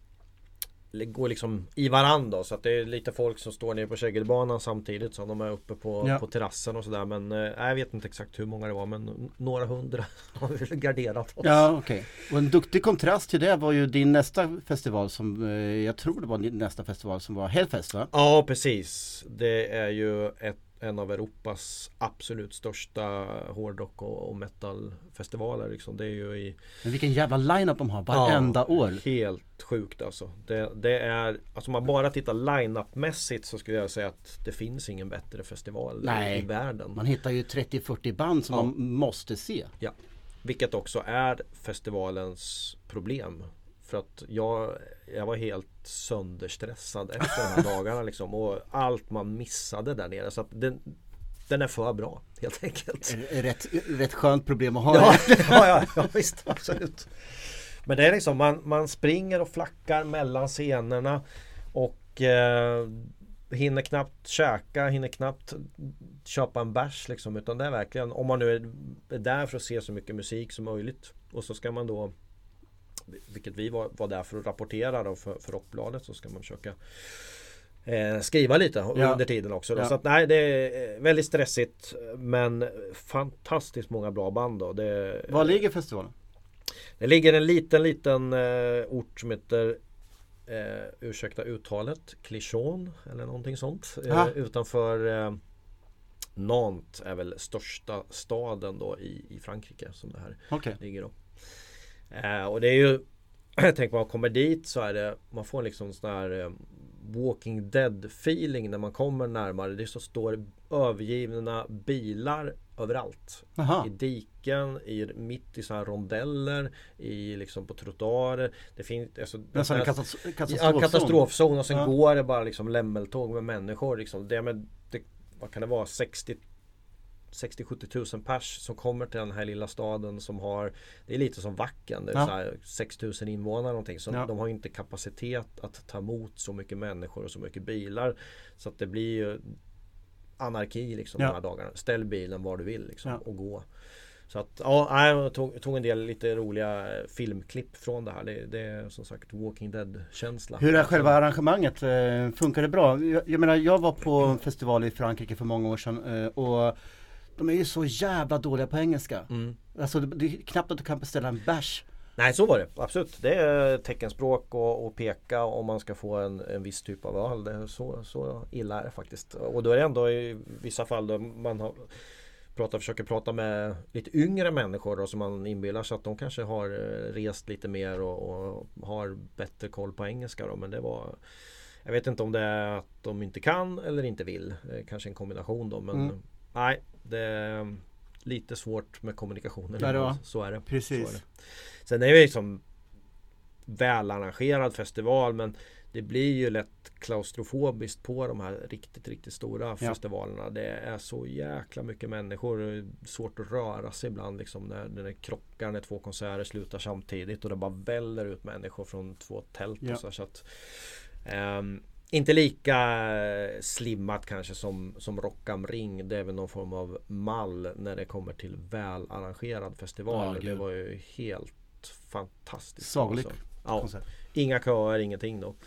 Speaker 2: det går liksom i varandra, så att det är lite folk som står nere på Kägelbanan samtidigt som de är uppe på,
Speaker 3: Ja.
Speaker 2: på terrassen och sådär. Men eh, jag vet inte exakt hur många det var, men n- några hundra har vi garderat oss.
Speaker 3: Ja, okej. Och en duktig kontrast till det var ju din nästa festival som, eh, jag tror det var din nästa festival som var Hellfest, va?
Speaker 2: Ja, precis. Det är ju ett, en av Europas absolut största hårdrock och, och metalfestivaler liksom. Det är ju i
Speaker 3: Men vilken jävla line-up de har varenda
Speaker 2: Ja,
Speaker 3: år.
Speaker 2: Helt sjukt alltså. Det, det är, alltså om man bara tittar line-up-mässigt så skulle jag säga att det finns ingen bättre festival
Speaker 3: Nej.
Speaker 2: i världen.
Speaker 3: Man hittar ju trettio fyrtio band som
Speaker 2: Ja.
Speaker 3: man måste se.
Speaker 2: Ja. Vilket också är festivalens problem. För att jag, jag var helt sönderstressad efter de här dagarna liksom. Och allt man missade där nere. Så att den, den är för bra helt enkelt.
Speaker 3: Rätt, rätt skönt problem att ha.
Speaker 2: Ja, ja, ja, ja visst, absolut. Men det är liksom, man, man springer och flackar mellan scenerna och eh, hinner knappt käka, hinner knappt köpa en bärs liksom, utan det är verkligen, om man nu är, är där för att se så mycket musik som möjligt, och så ska man då vilket vi var, var där för att rapportera då för, för Rockbladet, så ska man försöka eh, skriva lite
Speaker 3: Ja.
Speaker 2: under tiden också. Då.
Speaker 3: Ja.
Speaker 2: Så att, nej, det är väldigt stressigt, men fantastiskt många bra band då. Det,
Speaker 3: Var ligger festivalen?
Speaker 2: det ligger en liten, liten eh, ort som heter eh, ursäkta uttalet, Clichon eller någonting sånt.
Speaker 3: Ah.
Speaker 2: Eh, utanför eh, Nantes är väl största staden då i, i Frankrike som det här
Speaker 3: Okej.
Speaker 2: ligger då. Eh, och det är ju, jag tänker man kommer dit så är det, man får liksom sån här eh, Walking Dead feeling när man kommer närmare. Det så står övergivna bilar överallt.
Speaker 3: Aha.
Speaker 2: I diken, i, mitt i så här rondeller, i liksom på trottoarer. Det finns alltså,
Speaker 3: Nästan en
Speaker 2: det-
Speaker 3: katas-
Speaker 2: ja,
Speaker 3: katastrofzon.
Speaker 2: katastrofzon och sen
Speaker 3: Ja.
Speaker 2: går det bara liksom lämmeltåg med människor liksom. Det med det, vad kan det vara, sextio sextio till sjuttio tusen pers som kommer till den här lilla staden som har, det är lite som Vacken, det är
Speaker 3: Ja.
Speaker 2: så här sex tusen invånare någonting, så
Speaker 3: Ja.
Speaker 2: de har ju inte kapacitet att ta emot så mycket människor och så mycket bilar, så att det blir ju anarki liksom
Speaker 3: Ja.
Speaker 2: de här dagarna. Ställ bilen var du vill liksom
Speaker 3: Ja.
Speaker 2: och gå. Så att ja, nej, jag tog, tog en del lite roliga filmklipp från det här. Det, det är som sagt Walking Dead-känsla.
Speaker 3: Hur är själva arrangemanget? Eh, Funkar det bra? Jag, jag menar, jag var på en festival i Frankrike för många år sedan eh, och de är ju så jävla dåliga på engelska.
Speaker 2: Mm.
Speaker 3: Alltså det, det är knappt att du kan beställa en bärs.
Speaker 2: Nej, så var det. Absolut. Det är teckenspråk och, och peka om man ska få en, en viss typ av öl. Det är så, så illa är det faktiskt. Och då är det ändå i vissa fall då man har pratar, försöker prata med lite yngre människor då, som man inbillar sig att de kanske har eh, rest lite mer och, och har bättre koll på engelska då. Men det var, jag vet inte om det är att de inte kan eller inte vill. Eh, Kanske en kombination då. Men
Speaker 3: Mm.
Speaker 2: nej, det är lite svårt med kommunikationen.
Speaker 3: Ja, det var.
Speaker 2: Så är det.
Speaker 3: Precis.
Speaker 2: Så är det. Sen är det liksom välarrangerad festival, men det blir ju lätt klaustrofobiskt på de här riktigt, riktigt stora
Speaker 3: Ja.
Speaker 2: festivalerna. Det är så jäkla mycket människor. Det är svårt att röra sig ibland liksom när, när det krockar, när två konserter slutar samtidigt och det bara väller ut människor från två tält.
Speaker 3: Ja.
Speaker 2: Och så, så att, ehm, inte lika slimmat kanske som, som Rock am Ring. Det är väl någon form av mall när det kommer till välarrangerad festival.
Speaker 3: Ja,
Speaker 2: det
Speaker 3: gud.
Speaker 2: var ju helt fantastiskt.
Speaker 3: Sagolik
Speaker 2: alltså. Ja,
Speaker 3: konsert.
Speaker 2: inga köer, ingenting då.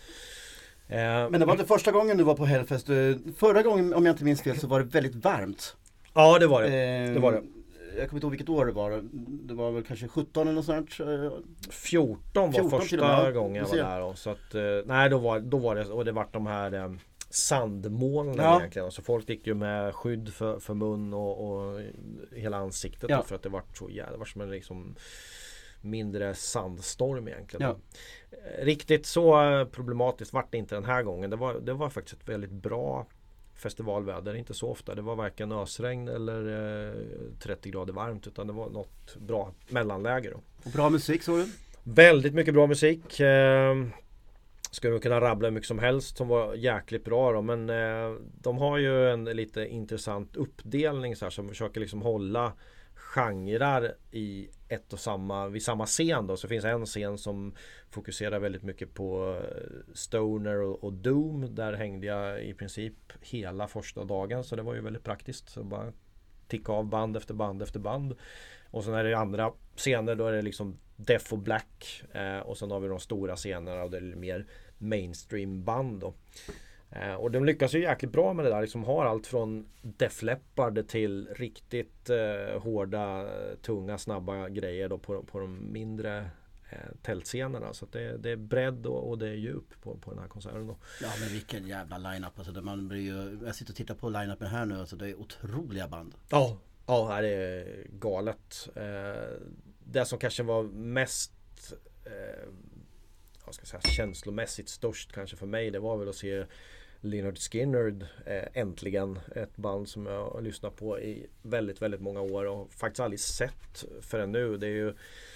Speaker 2: Eh,
Speaker 3: Men det var inte första gången du var på Hellfest. Eh, Förra gången, om jag inte minns fel, så var det väldigt varmt.
Speaker 2: Ja, det var det.
Speaker 3: Eh,
Speaker 2: det var det.
Speaker 3: Jag kommer inte ihåg vilket år det var. Det var väl kanske sjutton eller något sånt. eh,
Speaker 2: fjorton var
Speaker 3: fjorton till
Speaker 2: första
Speaker 3: och med.
Speaker 2: gången jag
Speaker 3: Du
Speaker 2: var
Speaker 3: ser.
Speaker 2: där då. Så att, eh, nej då var, då var det, och det var de här eh, sandmolnen
Speaker 3: Ja.
Speaker 2: egentligen. Så folk gick ju med skydd för, för mun och, och hela ansiktet
Speaker 3: Ja.
Speaker 2: då, för att det var så jävla, det var som en liksom mindre sandstorm egentligen.
Speaker 3: Ja.
Speaker 2: Eh, Riktigt så eh, problematiskt var det inte den här gången. Det var, det var faktiskt ett väldigt bra festivalväder, inte så ofta. Det var varken ösregn eller eh, trettio grader varmt, utan det var något bra mellanläge då.
Speaker 3: Och bra musik, såg du?
Speaker 2: Väldigt mycket bra musik. Eh, skulle vi kunna rabbla hur mycket som helst som var jäkligt bra då, men eh, de har ju en lite intressant uppdelning så här, som försöker liksom hålla genrer i ett och samma, vid samma scen då. Så finns en scen som fokuserar väldigt mycket på stoner och, och doom. Där hängde jag i princip hela första dagen, så det var ju väldigt praktiskt. Så bara ticka av band efter band efter band. Och sen är det andra scener, då är det liksom Death och Black, eh, och sen har vi de stora scenerna och det är mer mainstream band då. Eh, och de lyckas ju jäkligt bra med det där, liksom har allt från Def Leppard till riktigt eh, hårda, tunga, snabba grejer då på, på de mindre eh, tältscenerna. Så att det, det är bredd och, och det är djup på, på den här konserten då.
Speaker 3: Ja, men vilken jävla line-up. Alltså, man blir ju, jag sitter och tittar på line-upen här nu. Alltså, det är otroliga band.
Speaker 2: Ja, ja, det är galet. Eh, det som kanske var mest eh, vad ska jag säga, känslomässigt störst kanske för mig, det var väl att se Lynyrd Skynyrd eh, äntligen. Ett band som jag har lyssnat på i väldigt, väldigt många år och faktiskt aldrig sett förrän nu. Det är ju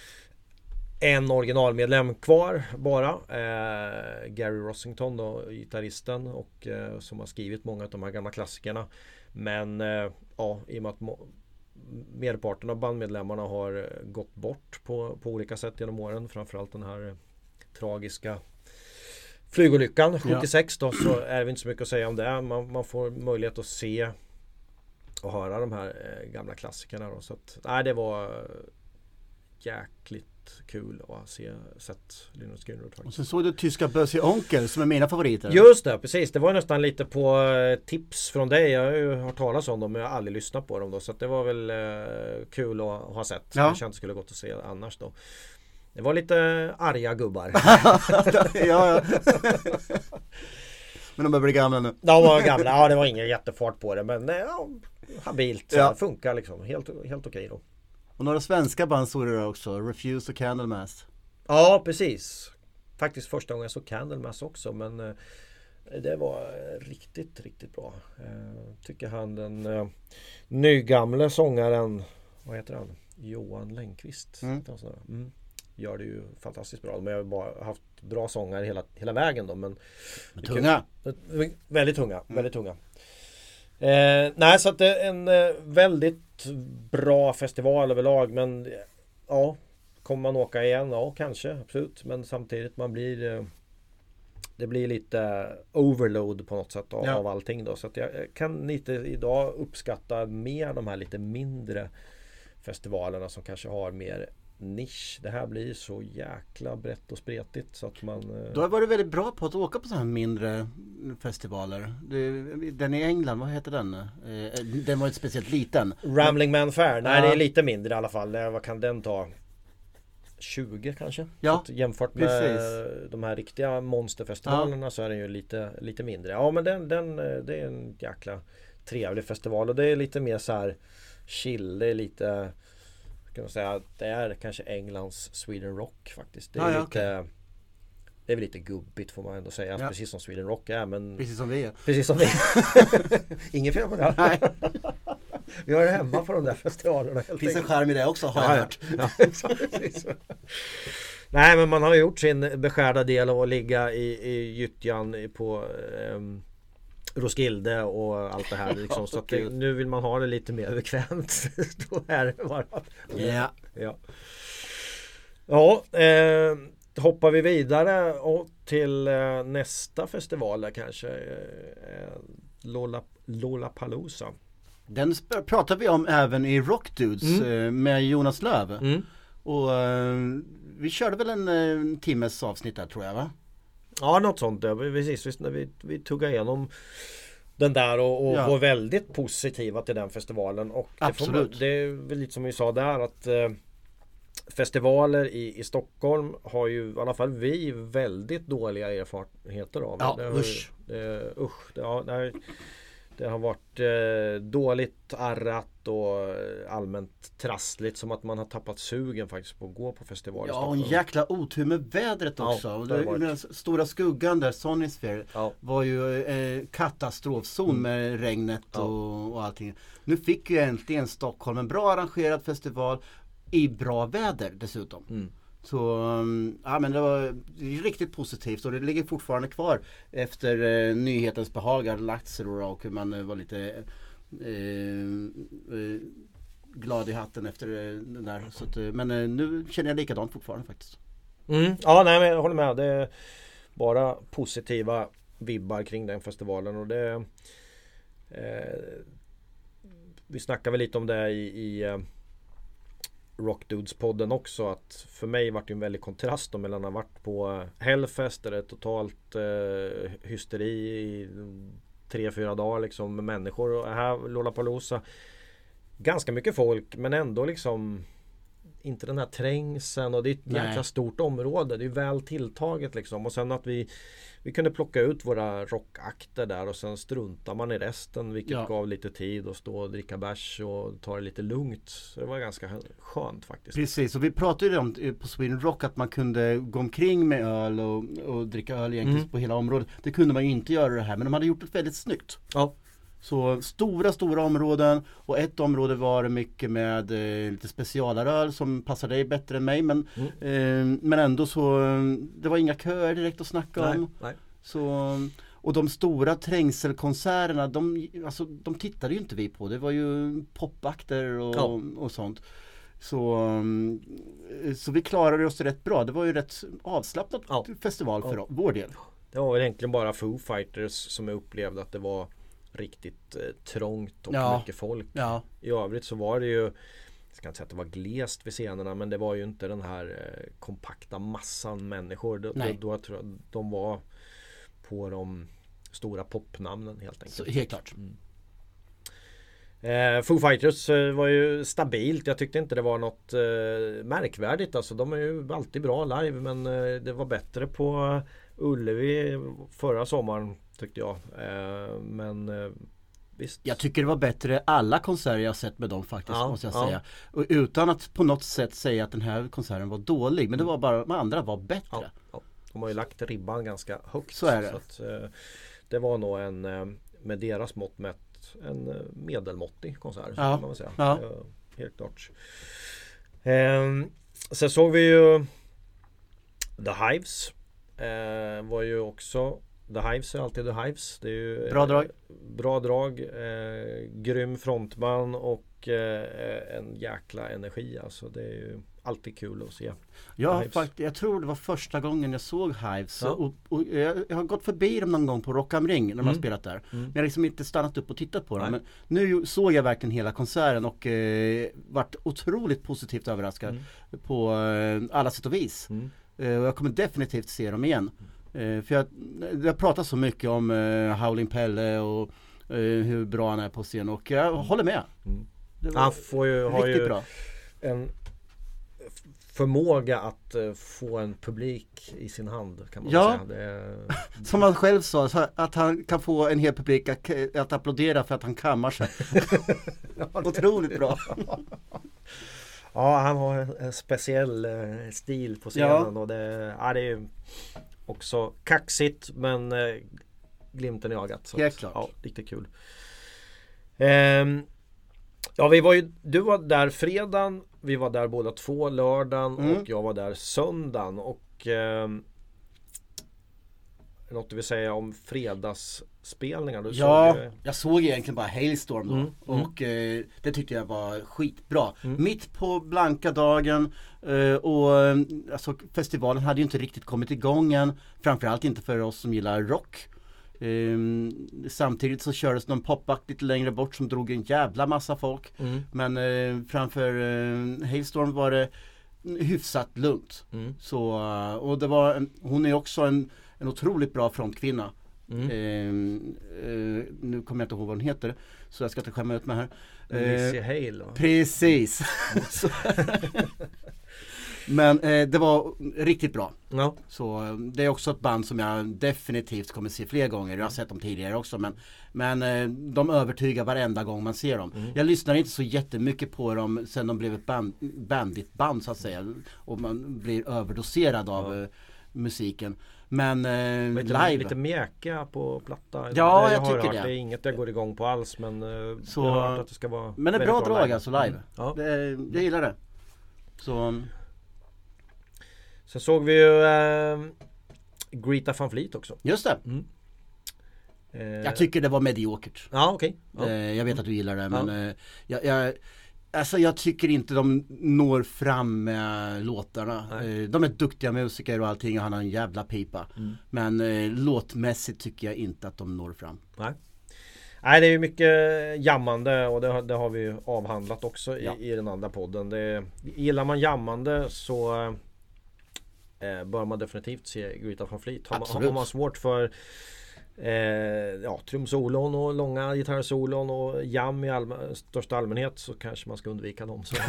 Speaker 2: en originalmedlem kvar bara, eh, Gary Rossington då, gitarristen, och eh, som har skrivit många av de här gamla klassikerna. Men eh, ja, i och med att må- merparten av bandmedlemmarna har eh, gått bort på, på olika sätt genom åren, framförallt den här eh, tragiska flygolyckan sjuttiosex då, så är det inte så mycket att säga om det. Man, man får möjlighet att se och höra de här eh, gamla klassikerna då. Så att, nej, det var jäkligt väldigt kul att ha se, sett Lynyrd Skynyrd.
Speaker 3: Och sen såg du tyska Bössi Onkel som är mina favoriter.
Speaker 2: Just det, precis. Det var nästan lite på eh, tips från dig. Jag har ju hört talas om dem men jag har aldrig lyssnat på dem då. Så att det var väl eh, kul att ha sett.
Speaker 3: Ja.
Speaker 2: Jag kände att det skulle gått att se annars då. Det var lite arga gubbar.
Speaker 3: ja, ja. Men de börjar bli gamla nu.
Speaker 2: De var gamla, ja det var ingen jättefart på det men ja, habilt,
Speaker 3: Ja.
Speaker 2: funkar liksom, helt, helt okej då.
Speaker 3: Och några svenska band såg du också, Refuse och Candlemass.
Speaker 2: Ja precis, faktiskt första gången jag såg Candlemass också men eh, det var riktigt, riktigt bra. Eh, tycker han den eh, nygamle sångaren, vad heter han? Johan Längqvist.
Speaker 3: Mm.
Speaker 2: Mm. Gör det ju fantastiskt bra. De har ju bara haft bra sångare hela, hela vägen då men
Speaker 3: Men tunga.
Speaker 2: väldigt tunga, mm. väldigt tunga. Eh, nej så att det är en eh, väldigt bra festival överlag men ja, kommer man åka igen? Ja, kanske, absolut. Men samtidigt man blir eh, det blir lite overload på något sätt av,
Speaker 3: Ja.
Speaker 2: av allting då. Så att jag kan lite idag uppskatta mer de här lite mindre festivalerna som kanske har mer nisch. Det här blir så jäkla brett och spretigt så att man...
Speaker 3: Du har varit väldigt bra på att åka på sådana här mindre festivaler. Du, den i England, vad heter den? Eh, Den var ju speciellt liten.
Speaker 2: Rambling Man Fair, nej
Speaker 3: Ja.
Speaker 2: det är lite mindre i alla fall. Eh, Vad kan den ta? tjugo kanske?
Speaker 3: Ja,
Speaker 2: Så att jämfört med
Speaker 3: precis.
Speaker 2: de här riktiga monsterfestivalerna så är den ju lite, lite mindre. Ja men den, den, eh, det är en jäkla trevlig festival och det är lite mer så här chill, det är lite... Kan man säga att det är kanske Englands Sweden Rock faktiskt. Det är,
Speaker 3: Ah, ja,
Speaker 2: lite,
Speaker 3: okej.
Speaker 2: det är väl lite gubbigt får man ändå säga.
Speaker 3: Ja.
Speaker 2: Precis som Sweden Rock är. Men
Speaker 3: Precis som vi är.
Speaker 2: precis som vi. Ingen fel på det.
Speaker 3: Nej.
Speaker 2: Vi har det hemma på de där festivalerna.
Speaker 3: Det finns en charm i det också, har jag
Speaker 2: Ja,
Speaker 3: hört.
Speaker 2: ja. Ja, precis. Nej men man har gjort sin beskärda del av att ligga i, i gyttjan på um, Roskilde och allt det här liksom. Så att det, nu vill man ha det lite mer bekvämt. Stå här bara.
Speaker 3: Ja.
Speaker 2: Ja, ja eh, hoppar vi vidare och till eh, nästa festival där kanske eh, Lola, Lollapalooza.
Speaker 3: Den sp- pratar vi om även i Rock Dudes
Speaker 2: Mm.
Speaker 3: eh, med Jonas Löv.
Speaker 2: Mm.
Speaker 3: Och eh, vi körde väl en eh, timmes avsnitt där tror jag, va?
Speaker 2: Ja, något sånt. Ja. Precis, visst, när vi, vi tog igenom den där och, och
Speaker 3: Ja.
Speaker 2: var väldigt positiva till den festivalen. Och det, får man,
Speaker 3: Absolut.
Speaker 2: det är väl lite som vi sa där att eh, festivaler i, i Stockholm har ju i alla fall vi väldigt dåliga erfarenheter av.
Speaker 3: Ja,
Speaker 2: det har,
Speaker 3: usch.
Speaker 2: Det, usch. Ja, det, har, det har varit eh, dåligt arrat och allmänt trassligt som att man har tappat sugen faktiskt på att gå på festivaler i
Speaker 3: Ja, och en
Speaker 2: Stockholm.
Speaker 3: jäkla otur med vädret
Speaker 2: Ja,
Speaker 3: också. Och
Speaker 2: det har
Speaker 3: det,
Speaker 2: varit.
Speaker 3: den stora skuggan där, Sonisphere,
Speaker 2: Ja.
Speaker 3: var ju eh, katastrofzon
Speaker 2: Mm.
Speaker 3: med regnet
Speaker 2: Ja.
Speaker 3: och, och allting. Nu fick ju äntligen Stockholm en bra arrangerad festival i bra väder dessutom.
Speaker 2: Mm.
Speaker 3: Så um, ja, men det var riktigt positivt och det ligger fortfarande kvar efter eh, nyhetens behag hade lagt sig då och man eh, var lite eh, eh, glad i hatten efter eh, den där. Så att, eh, men eh, nu känner jag likadant fortfarande faktiskt.
Speaker 2: Mm. Ja, nej, men jag håller med. Det är bara positiva vibbar kring den festivalen och det eh, vi snackar väl lite om det i, i eh, Rock Dudes-podden också, att för mig var det en väldig kontrast då mellan att ha varit på Hellfest där det är totalt eh, hysteri i tre, fyra dagar liksom med människor och här Lollapalooza ganska mycket folk men ändå liksom inte den här trängseln och det är ett
Speaker 3: Nej.
Speaker 2: jäkla stort område, det är väl tilltaget liksom och sen att vi vi kunde plocka ut våra rockakter där och sen struntar man i resten vilket
Speaker 3: Ja.
Speaker 2: gav lite tid att stå och dricka bärs och ta det lite lugnt. Så det var ganska skönt faktiskt.
Speaker 3: Precis, och vi pratade ju om eh, på Sweden Rock att man kunde gå omkring med öl och, och dricka öl egentligen
Speaker 2: Mm.
Speaker 3: på hela området. Det kunde man ju inte göra det här, men de hade gjort det väldigt snyggt.
Speaker 2: Ja.
Speaker 3: Så stora, stora områden och ett område var det mycket med eh, lite specialaröl som passar dig bättre än mig men,
Speaker 2: Mm.
Speaker 3: eh, men ändå så eh, det var inga köer direkt att snacka
Speaker 2: Nej,
Speaker 3: om.
Speaker 2: nej.
Speaker 3: Så, och de stora trängselkonserterna de, alltså, de tittade ju inte vi på. Det var ju popakter och,
Speaker 2: Ja.
Speaker 3: och sånt. Så, um, så vi klarade oss rätt bra. Det var ju rätt avslappnat
Speaker 2: Ja.
Speaker 3: festival för
Speaker 2: Ja.
Speaker 3: vår del.
Speaker 2: Det var väl egentligen bara Foo Fighters som jag upplevde att det var riktigt eh, trångt och
Speaker 3: Ja.
Speaker 2: mycket folk.
Speaker 3: Ja,
Speaker 2: I övrigt så var det ju jag ska inte säga att det var glest vid scenerna, men det var ju inte den här eh, kompakta massan människor. Då, då, då jag tror jag de var på de stora popnamnen helt enkelt.
Speaker 3: Så, helt klart.
Speaker 2: Mm. Eh, Foo Fighters eh, var ju stabilt. Jag tyckte inte det var något eh, märkvärdigt. Alltså, de är ju alltid bra live, men eh, det var bättre på Ullevi förra sommaren tyckte jag. Eh, men eh, visst.
Speaker 3: Jag tycker det var bättre alla konserter jag sett med dem faktiskt,
Speaker 2: Ja,
Speaker 3: måste jag
Speaker 2: ja.
Speaker 3: säga. Och utan att på något sätt säga att den här konserten var dålig, men det var bara, de andra var bättre.
Speaker 2: Ja, ja. De har ju lagt ribban ganska högt.
Speaker 3: Så är det.
Speaker 2: Så att, eh, det var nog en, eh, med deras mått mätt, en eh, medelmåttig konsert. Så
Speaker 3: Ja,
Speaker 2: kan man väl säga.
Speaker 3: ja.
Speaker 2: Eh, helt klart. Eh, sen såg vi ju The Hives. Eh, var ju också The Hives är alltid The Hives. Det är ju,
Speaker 3: Bra drag.
Speaker 2: Eh, bra drag. Eh, grym frontman och eh, en jäkla energi. Alltså det är ju alltid kul att se.
Speaker 3: Jag,
Speaker 2: Hives.
Speaker 3: fakt, jag tror det var första gången jag såg Hives.
Speaker 2: Ja.
Speaker 3: Och, och jag, jag har gått förbi dem någon gång på Rock am Ring när de har
Speaker 2: Mm.
Speaker 3: spelat där.
Speaker 2: Mm.
Speaker 3: Men jag har liksom inte stannat upp och tittat på dem.
Speaker 2: Nej.
Speaker 3: Men nu såg jag verkligen hela konserten och eh, vart otroligt positivt överraskad
Speaker 2: Mm.
Speaker 3: på eh, alla sätt och vis.
Speaker 2: Mm.
Speaker 3: Eh, och jag kommer definitivt se dem igen. Eh, för jag, jag pratar så mycket om eh, Howling Pelle och eh, hur bra han är på scen, och jag håller med.
Speaker 2: Mm.
Speaker 3: Det var
Speaker 2: Han får ju, har
Speaker 3: riktigt
Speaker 2: ju
Speaker 3: bra.
Speaker 2: en f- förmåga att eh, få en publik i sin hand, kan man
Speaker 3: Ja.
Speaker 2: säga. Det är,
Speaker 3: Som han själv sa, så att han kan få en hel publik att, att applådera för att han kammar sig. Otroligt bra.
Speaker 2: ja, han har en, en speciell eh, stil på scenen
Speaker 3: Ja.
Speaker 2: och det, ja, det är ju också kaxigt, men eh, glimten i ögat. Så
Speaker 3: Helt
Speaker 2: att,
Speaker 3: klart.
Speaker 2: Ja, riktigt kul. Ehm, ja, vi var ju, du var där fredagen, vi var där båda två lördagen
Speaker 3: Mm.
Speaker 2: och jag var där söndagen, och ehm, något du vill säga om fredagsspelningar? Du
Speaker 3: Ja,
Speaker 2: såg ju-
Speaker 3: jag såg egentligen bara Hailstorm då.
Speaker 2: Mm, mm.
Speaker 3: Och eh, det tyckte jag var skitbra.
Speaker 2: Mm.
Speaker 3: Mitt på blanka dagen eh, och eh, alltså, festivalen hade ju inte riktigt kommit igång än. Framförallt inte för oss som gillar rock. Eh, samtidigt så kördes någon popakt lite längre bort som drog en jävla massa folk.
Speaker 2: Mm.
Speaker 3: Men eh, framför eh, Hailstorm var det hyfsat lugnt.
Speaker 2: Mm.
Speaker 3: Så, eh, och det var en, hon är också en, en otroligt bra frontkvinna.
Speaker 2: Mm.
Speaker 3: Eh, eh, nu kommer jag inte ihåg vad hon heter, så jag ska inte skämma ut mig här.
Speaker 2: Lizzie
Speaker 3: Eh,
Speaker 2: Hale, va?
Speaker 3: precis. Så- Men eh, det var riktigt bra.
Speaker 2: Ja.
Speaker 3: Så eh, det är också ett band som jag definitivt kommer se fler gånger. Jag har sett dem tidigare också, men, men eh, de övertygar varenda gång man ser dem.
Speaker 2: Mm.
Speaker 3: Jag lyssnar inte så jättemycket på dem sen de blev ett band, bandit-band så att säga. Och man blir överdoserad av
Speaker 2: Ja.
Speaker 3: eh, musiken. Men eh,
Speaker 2: Lite,
Speaker 3: live.
Speaker 2: lite mjäka på platta.
Speaker 3: Ja,
Speaker 2: Det
Speaker 3: jag
Speaker 2: har
Speaker 3: tycker
Speaker 2: hört.
Speaker 3: det.
Speaker 2: Det är inget jag går igång på alls, men eh,
Speaker 3: Så-
Speaker 2: jag har hört att det ska vara
Speaker 3: Men ett
Speaker 2: väldigt
Speaker 3: bra drag
Speaker 2: live.
Speaker 3: alltså live.
Speaker 2: Mm. Ja.
Speaker 3: Det, jag gillar det. Så
Speaker 2: Sen såg vi ju eh, Greta Van Fleet också.
Speaker 3: just det.
Speaker 2: Mm. Eh,
Speaker 3: Jag tycker det var mediokert.
Speaker 2: Ja, okej. Ja.
Speaker 3: Eh, jag vet att du gillar det, men
Speaker 2: Ja.
Speaker 3: eh, jag, jag, alltså jag tycker inte de når fram med låtarna.
Speaker 2: Nej.
Speaker 3: Eh, de är duktiga musiker och allting, och han har en jävla pipa.
Speaker 2: Mm.
Speaker 3: Men eh, låtmässigt tycker jag inte att de når fram.
Speaker 2: Nej. Nej, det är ju mycket jammande, och det, har- det har vi ju avhandlat också i,
Speaker 3: Ja.
Speaker 2: i den andra podden. Det, gillar man jammande så eh, bör man definitivt se Greta Van Fleet. Har man,
Speaker 3: Absolut.
Speaker 2: har man svårt för eh, ja, trumsolon och långa gitarrsolon och jam i allm- största allmänhet, så kanske man ska undvika dem. Så.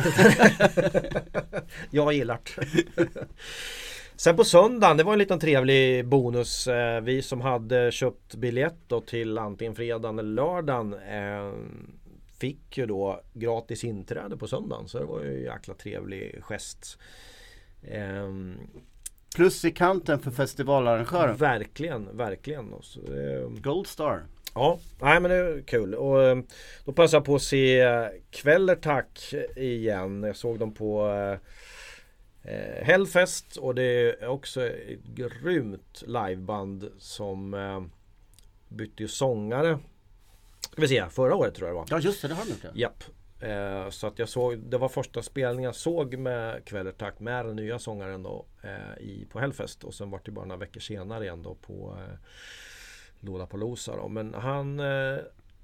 Speaker 2: Jag gillar det. Sen på söndagen, det var en liten trevlig bonus. Eh, vi som hade köpt biljett då till antingen fredagen eller lördagen eh, fick ju då gratis inträde på söndagen. Så det var ju en jäkla trevlig gest. Eh,
Speaker 3: Plus i kanten för festivalarrangören.
Speaker 2: verkligen, verkligen. Och så, eh,
Speaker 3: Gold Star.
Speaker 2: Ja, nej men det är kul. Och eh, då passade jag på att se eh, Kvellertack igen. Jag såg dem på eh, eh, Hellfest, och det är också ett grymt liveband som eh, bytte ju sångare. Ska vi se, förra året tror jag det var.
Speaker 3: Ja just det, det har de gjort. Ja.
Speaker 2: Japp. Eh, så att jag såg, det var första spelningen jag såg med Kvellertack med den nya sångaren då eh, i, på Hellfest, och sen var det bara några veckor senare igen då på eh, Lollapalooza då. Men han eh,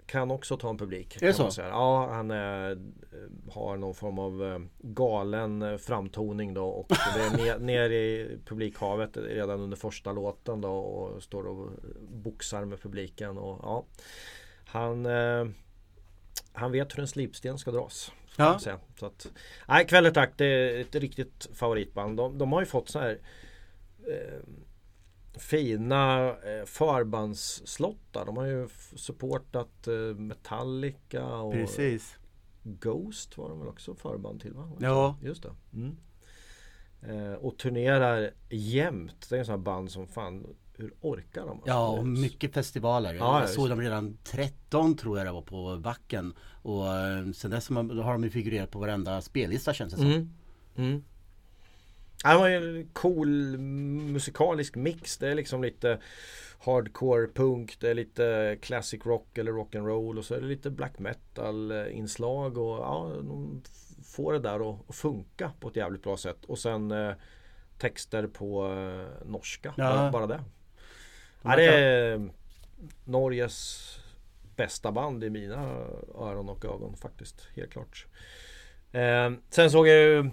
Speaker 2: kan också ta en publik.
Speaker 3: Är det
Speaker 2: kan man
Speaker 3: så?
Speaker 2: säga. Ja, han är, har någon form av eh, galen eh, framtoning då och det är ner, ner i publikhavet redan under första låten då och står och boxar med publiken och ja. Han eh, han vet hur en slipsten ska dras. Ska
Speaker 3: Ja.
Speaker 2: man säga. Så att, nej, Kvälletack, det är ett riktigt favoritband. De, de har ju fått så här eh, fina eh, förbandslottar. De har ju f- supportat eh, Metallica och
Speaker 3: Precis.
Speaker 2: Ghost var de väl också förband till, va?
Speaker 3: Ja.
Speaker 2: Just det. Mm. Eh, och turnerar jämt. Det är en sån här band som fan, hur orkar de?
Speaker 3: Ja,
Speaker 2: Alltså,
Speaker 3: och
Speaker 2: det är-
Speaker 3: mycket festivaler.
Speaker 2: Ja,
Speaker 3: jag såg
Speaker 2: just
Speaker 3: dem redan tretton tror jag det var på Backen. Och eh, sen dess har man- har de ju figurerat på varenda spellista känns det som.
Speaker 2: Mm. Mm. Ja, det var ju en cool musikalisk mix. Det är liksom lite hardcore punk, det är lite classic rock eller rock and roll och så är det lite black metal inslag och ja, de f- får det där att, att funka på ett jävligt bra sätt. Och sen eh, texter på eh, norska,
Speaker 3: Ja.
Speaker 2: bara, bara det. Ja,
Speaker 3: verkar-
Speaker 2: det är Norges bästa band i mina öron och ögon faktiskt, helt klart. Eh, sen såg jag ju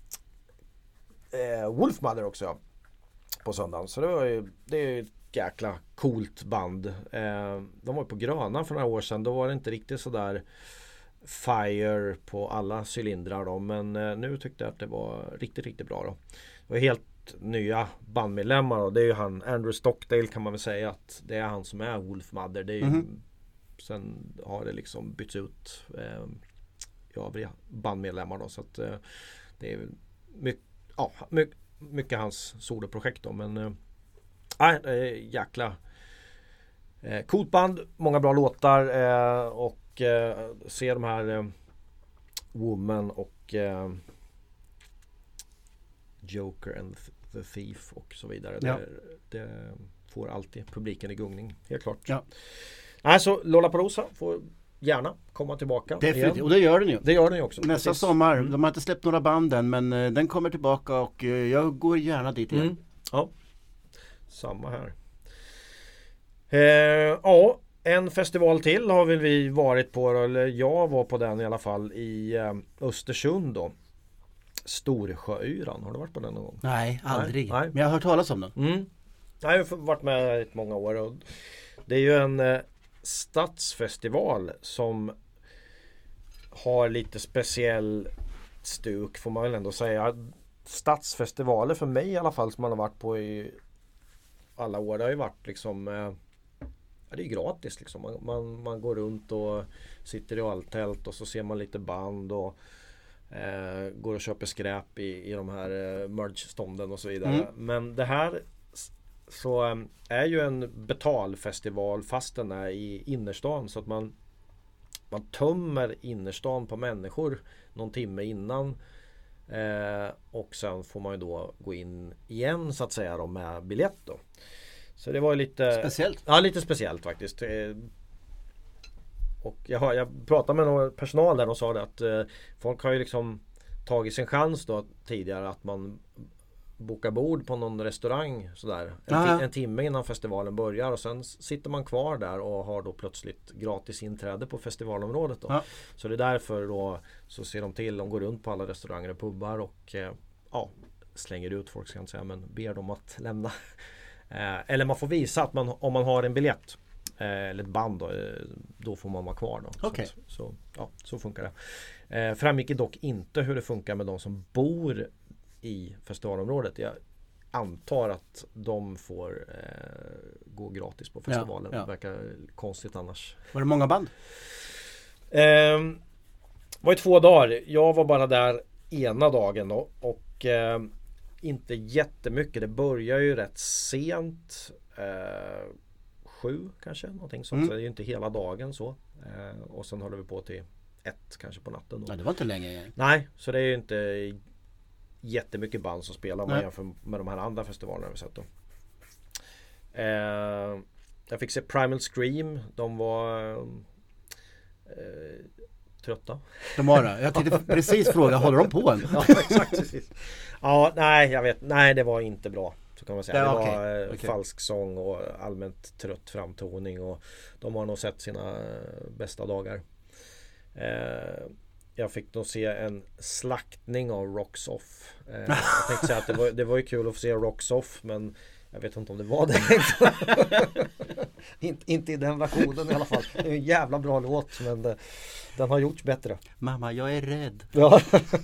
Speaker 2: eh, Wolfmother också ja, på söndagen. Så det var ju, det är ju ett jäkla coolt band. Eh, de var ju på Gröna för några år sedan. Då var det inte riktigt så där fire på alla cylindrar då. Men eh, nu tyckte jag att det var riktigt, riktigt bra då. Det var helt nya bandmedlemmar då. Det är ju han, Andrew Stockdale kan man väl säga att det är han som är Wolfmother. Det är ju,
Speaker 3: Mhm.
Speaker 2: sen har det liksom bytts ut eh, i övriga bandmedlemmar då. Så att eh, det är mycket, ja, mycket, mycket hans soloprojekt då. Men eh, nej, det är jäkla eh, coolt band, många bra låtar eh, och eh, se de här eh, Woman och eh, Joker and the Thief och så vidare.
Speaker 3: Ja.
Speaker 2: Det, det får alltid publiken i gungning, helt klart.
Speaker 3: Ja.
Speaker 2: Nej, så Lollapalooza får gärna komma tillbaka
Speaker 3: Definitivt,
Speaker 2: igen.
Speaker 3: och det gör den ju.
Speaker 2: Det gör den ju också.
Speaker 3: Nästa
Speaker 2: Precis.
Speaker 3: sommar,
Speaker 2: Mm.
Speaker 3: de har inte släppt några band än men eh, den kommer tillbaka och eh, jag går gärna dit igen.
Speaker 2: Mm. Ja, samma här. Eh, ja, en festival till har väl vi varit på, eller jag var på den i alla fall i eh, Östersund då. Storsjöyran, har du varit på den någon gång?
Speaker 3: Nej, aldrig.
Speaker 2: Nej.
Speaker 3: Men jag har hört talas om den.
Speaker 2: Mm. Jag har ju varit med i många år och det är ju en eh, stadsfestival som har lite speciell stuk får man väl ändå säga. Stadsfestivaler för mig i alla fall som man har varit på i alla år, det har ju varit liksom eh, ja, det är gratis liksom. Man, man, man går runt och sitter i alltält och så ser man lite band och eh, går och köper skräp i, i de här eh, merge-stånden och så vidare.
Speaker 3: Mm.
Speaker 2: Men det här s- så eh, är ju en betalfestival fast den är i innerstan så att man man tömmer innerstan på människor någon timme innan eh, och sen får man ju då gå in igen så att säga då, med biljett då. Så det var ju lite
Speaker 3: Speciellt.
Speaker 2: Ja, lite speciellt faktiskt. Eh, Och jag, har, jag pratade med någon personal där och sa det att eh, folk har ju liksom tagit sin chans då tidigare att man bokar bord på någon restaurang sådär en,
Speaker 3: Ah.
Speaker 2: ti- en timme innan festivalen börjar och sen s- sitter man kvar där och har då plötsligt gratis inträde på festivalområdet då.
Speaker 3: Ja.
Speaker 2: Så det är därför då så ser de till, de går runt på alla restauranger och pubbar och eh, ja, slänger ut folk ska jag inte säga men ber dem att lämna. Eh, eller man får visa att man, om man har en biljett eh, eller ett band då, eh, då får man vara kvar då.
Speaker 3: Okej.
Speaker 2: Så, så, ja, så funkar det. Eh, framgick dock inte hur det funkar med de som bor i festivalområdet. Jag antar att de får eh, gå gratis på festivalen.
Speaker 3: Ja, ja.
Speaker 2: Det verkar konstigt annars.
Speaker 3: Var det många band?
Speaker 2: Eh, det var ju två dagar. Jag var bara där ena dagen då, och eh, inte jättemycket. Det börjar ju rätt sent. Eh, sju kanske, någonting sånt.
Speaker 3: Mm.
Speaker 2: Så det är ju inte hela dagen så. Eh, och sen håller vi på till ett kanske på natten då.
Speaker 3: Nej, det var inte länge.
Speaker 2: Nej, så det är ju inte jättemycket band som spelar om man
Speaker 3: Nej.
Speaker 2: jämför med de här andra festivalerna vi sett då. Eh, jag fick se Primal Scream. De var eh, trötta.
Speaker 3: De var det. Jag tänkte precis fråga, håller de på än?
Speaker 2: Ja, exakt precis. Ja, nej, jag vet. Nej, det var inte bra. så kan man säga.
Speaker 3: Ja,
Speaker 2: det
Speaker 3: okay.
Speaker 2: var
Speaker 3: Okay.
Speaker 2: falsk sång och allmänt trött framtoning och de har nog sett sina bästa dagar. Eh, jag fick nog se en slaktning av Rocks Off. Eh, jag tänkte säga att det var, det var ju kul att få se Rocks Off, men jag vet inte om det var det. Inte, inte i den versionen i alla fall. Det är en jävla bra låt, men det, den har gjorts bättre.
Speaker 3: Mamma, jag är rädd.
Speaker 2: Ja.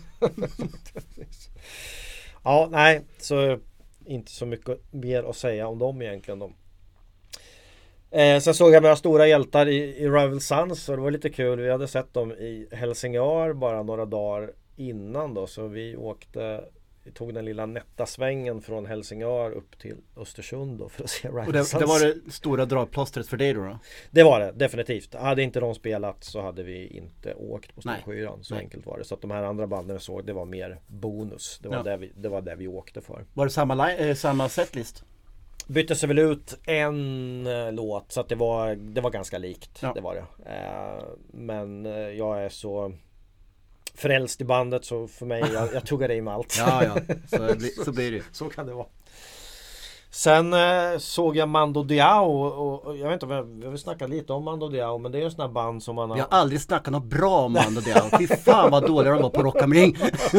Speaker 2: Ja, nej, så inte så mycket mer att säga om dem egentligen. Då. Eh, sen såg jag några stora hjältar i, i Rival Sons och det var lite kul. Vi hade sett dem i Helsingör bara några dagar innan då, så vi åkte, vi tog den lilla nätta svängen från Helsingör upp till Östersund då för att se Rival
Speaker 3: Och det,
Speaker 2: Sons.
Speaker 3: det var det stora dragplåstret för dig då? då?
Speaker 2: Det var det, definitivt. Hade inte de spelat så hade vi inte åkt på Storskyran. Så
Speaker 3: Nej.
Speaker 2: enkelt var det. Så att de här andra banden jag såg, det var mer bonus. Det var,
Speaker 3: Ja.
Speaker 2: det, vi, det var det vi åkte för.
Speaker 3: Var det samma, li- eh, samma setlist?
Speaker 2: Bytte sig väl ut en eh, låt, så att det var, det var ganska likt.
Speaker 3: Ja.
Speaker 2: Det var det. Eh, men eh, jag är så frälst i bandet så för mig, jag, jag tuggar i med allt.
Speaker 3: Ja, ja. Så, bli- så blir det ju.
Speaker 2: Så kan det vara. Sen eh, såg jag Mando Diao och, och jag vet inte, vi har, vi har snackat lite om Mando Diao, men det är en sån här band som man har...
Speaker 3: Vi har aldrig snackat något bra om Mando Diao. Fy fan vad dåliga de var på Rock am Ring.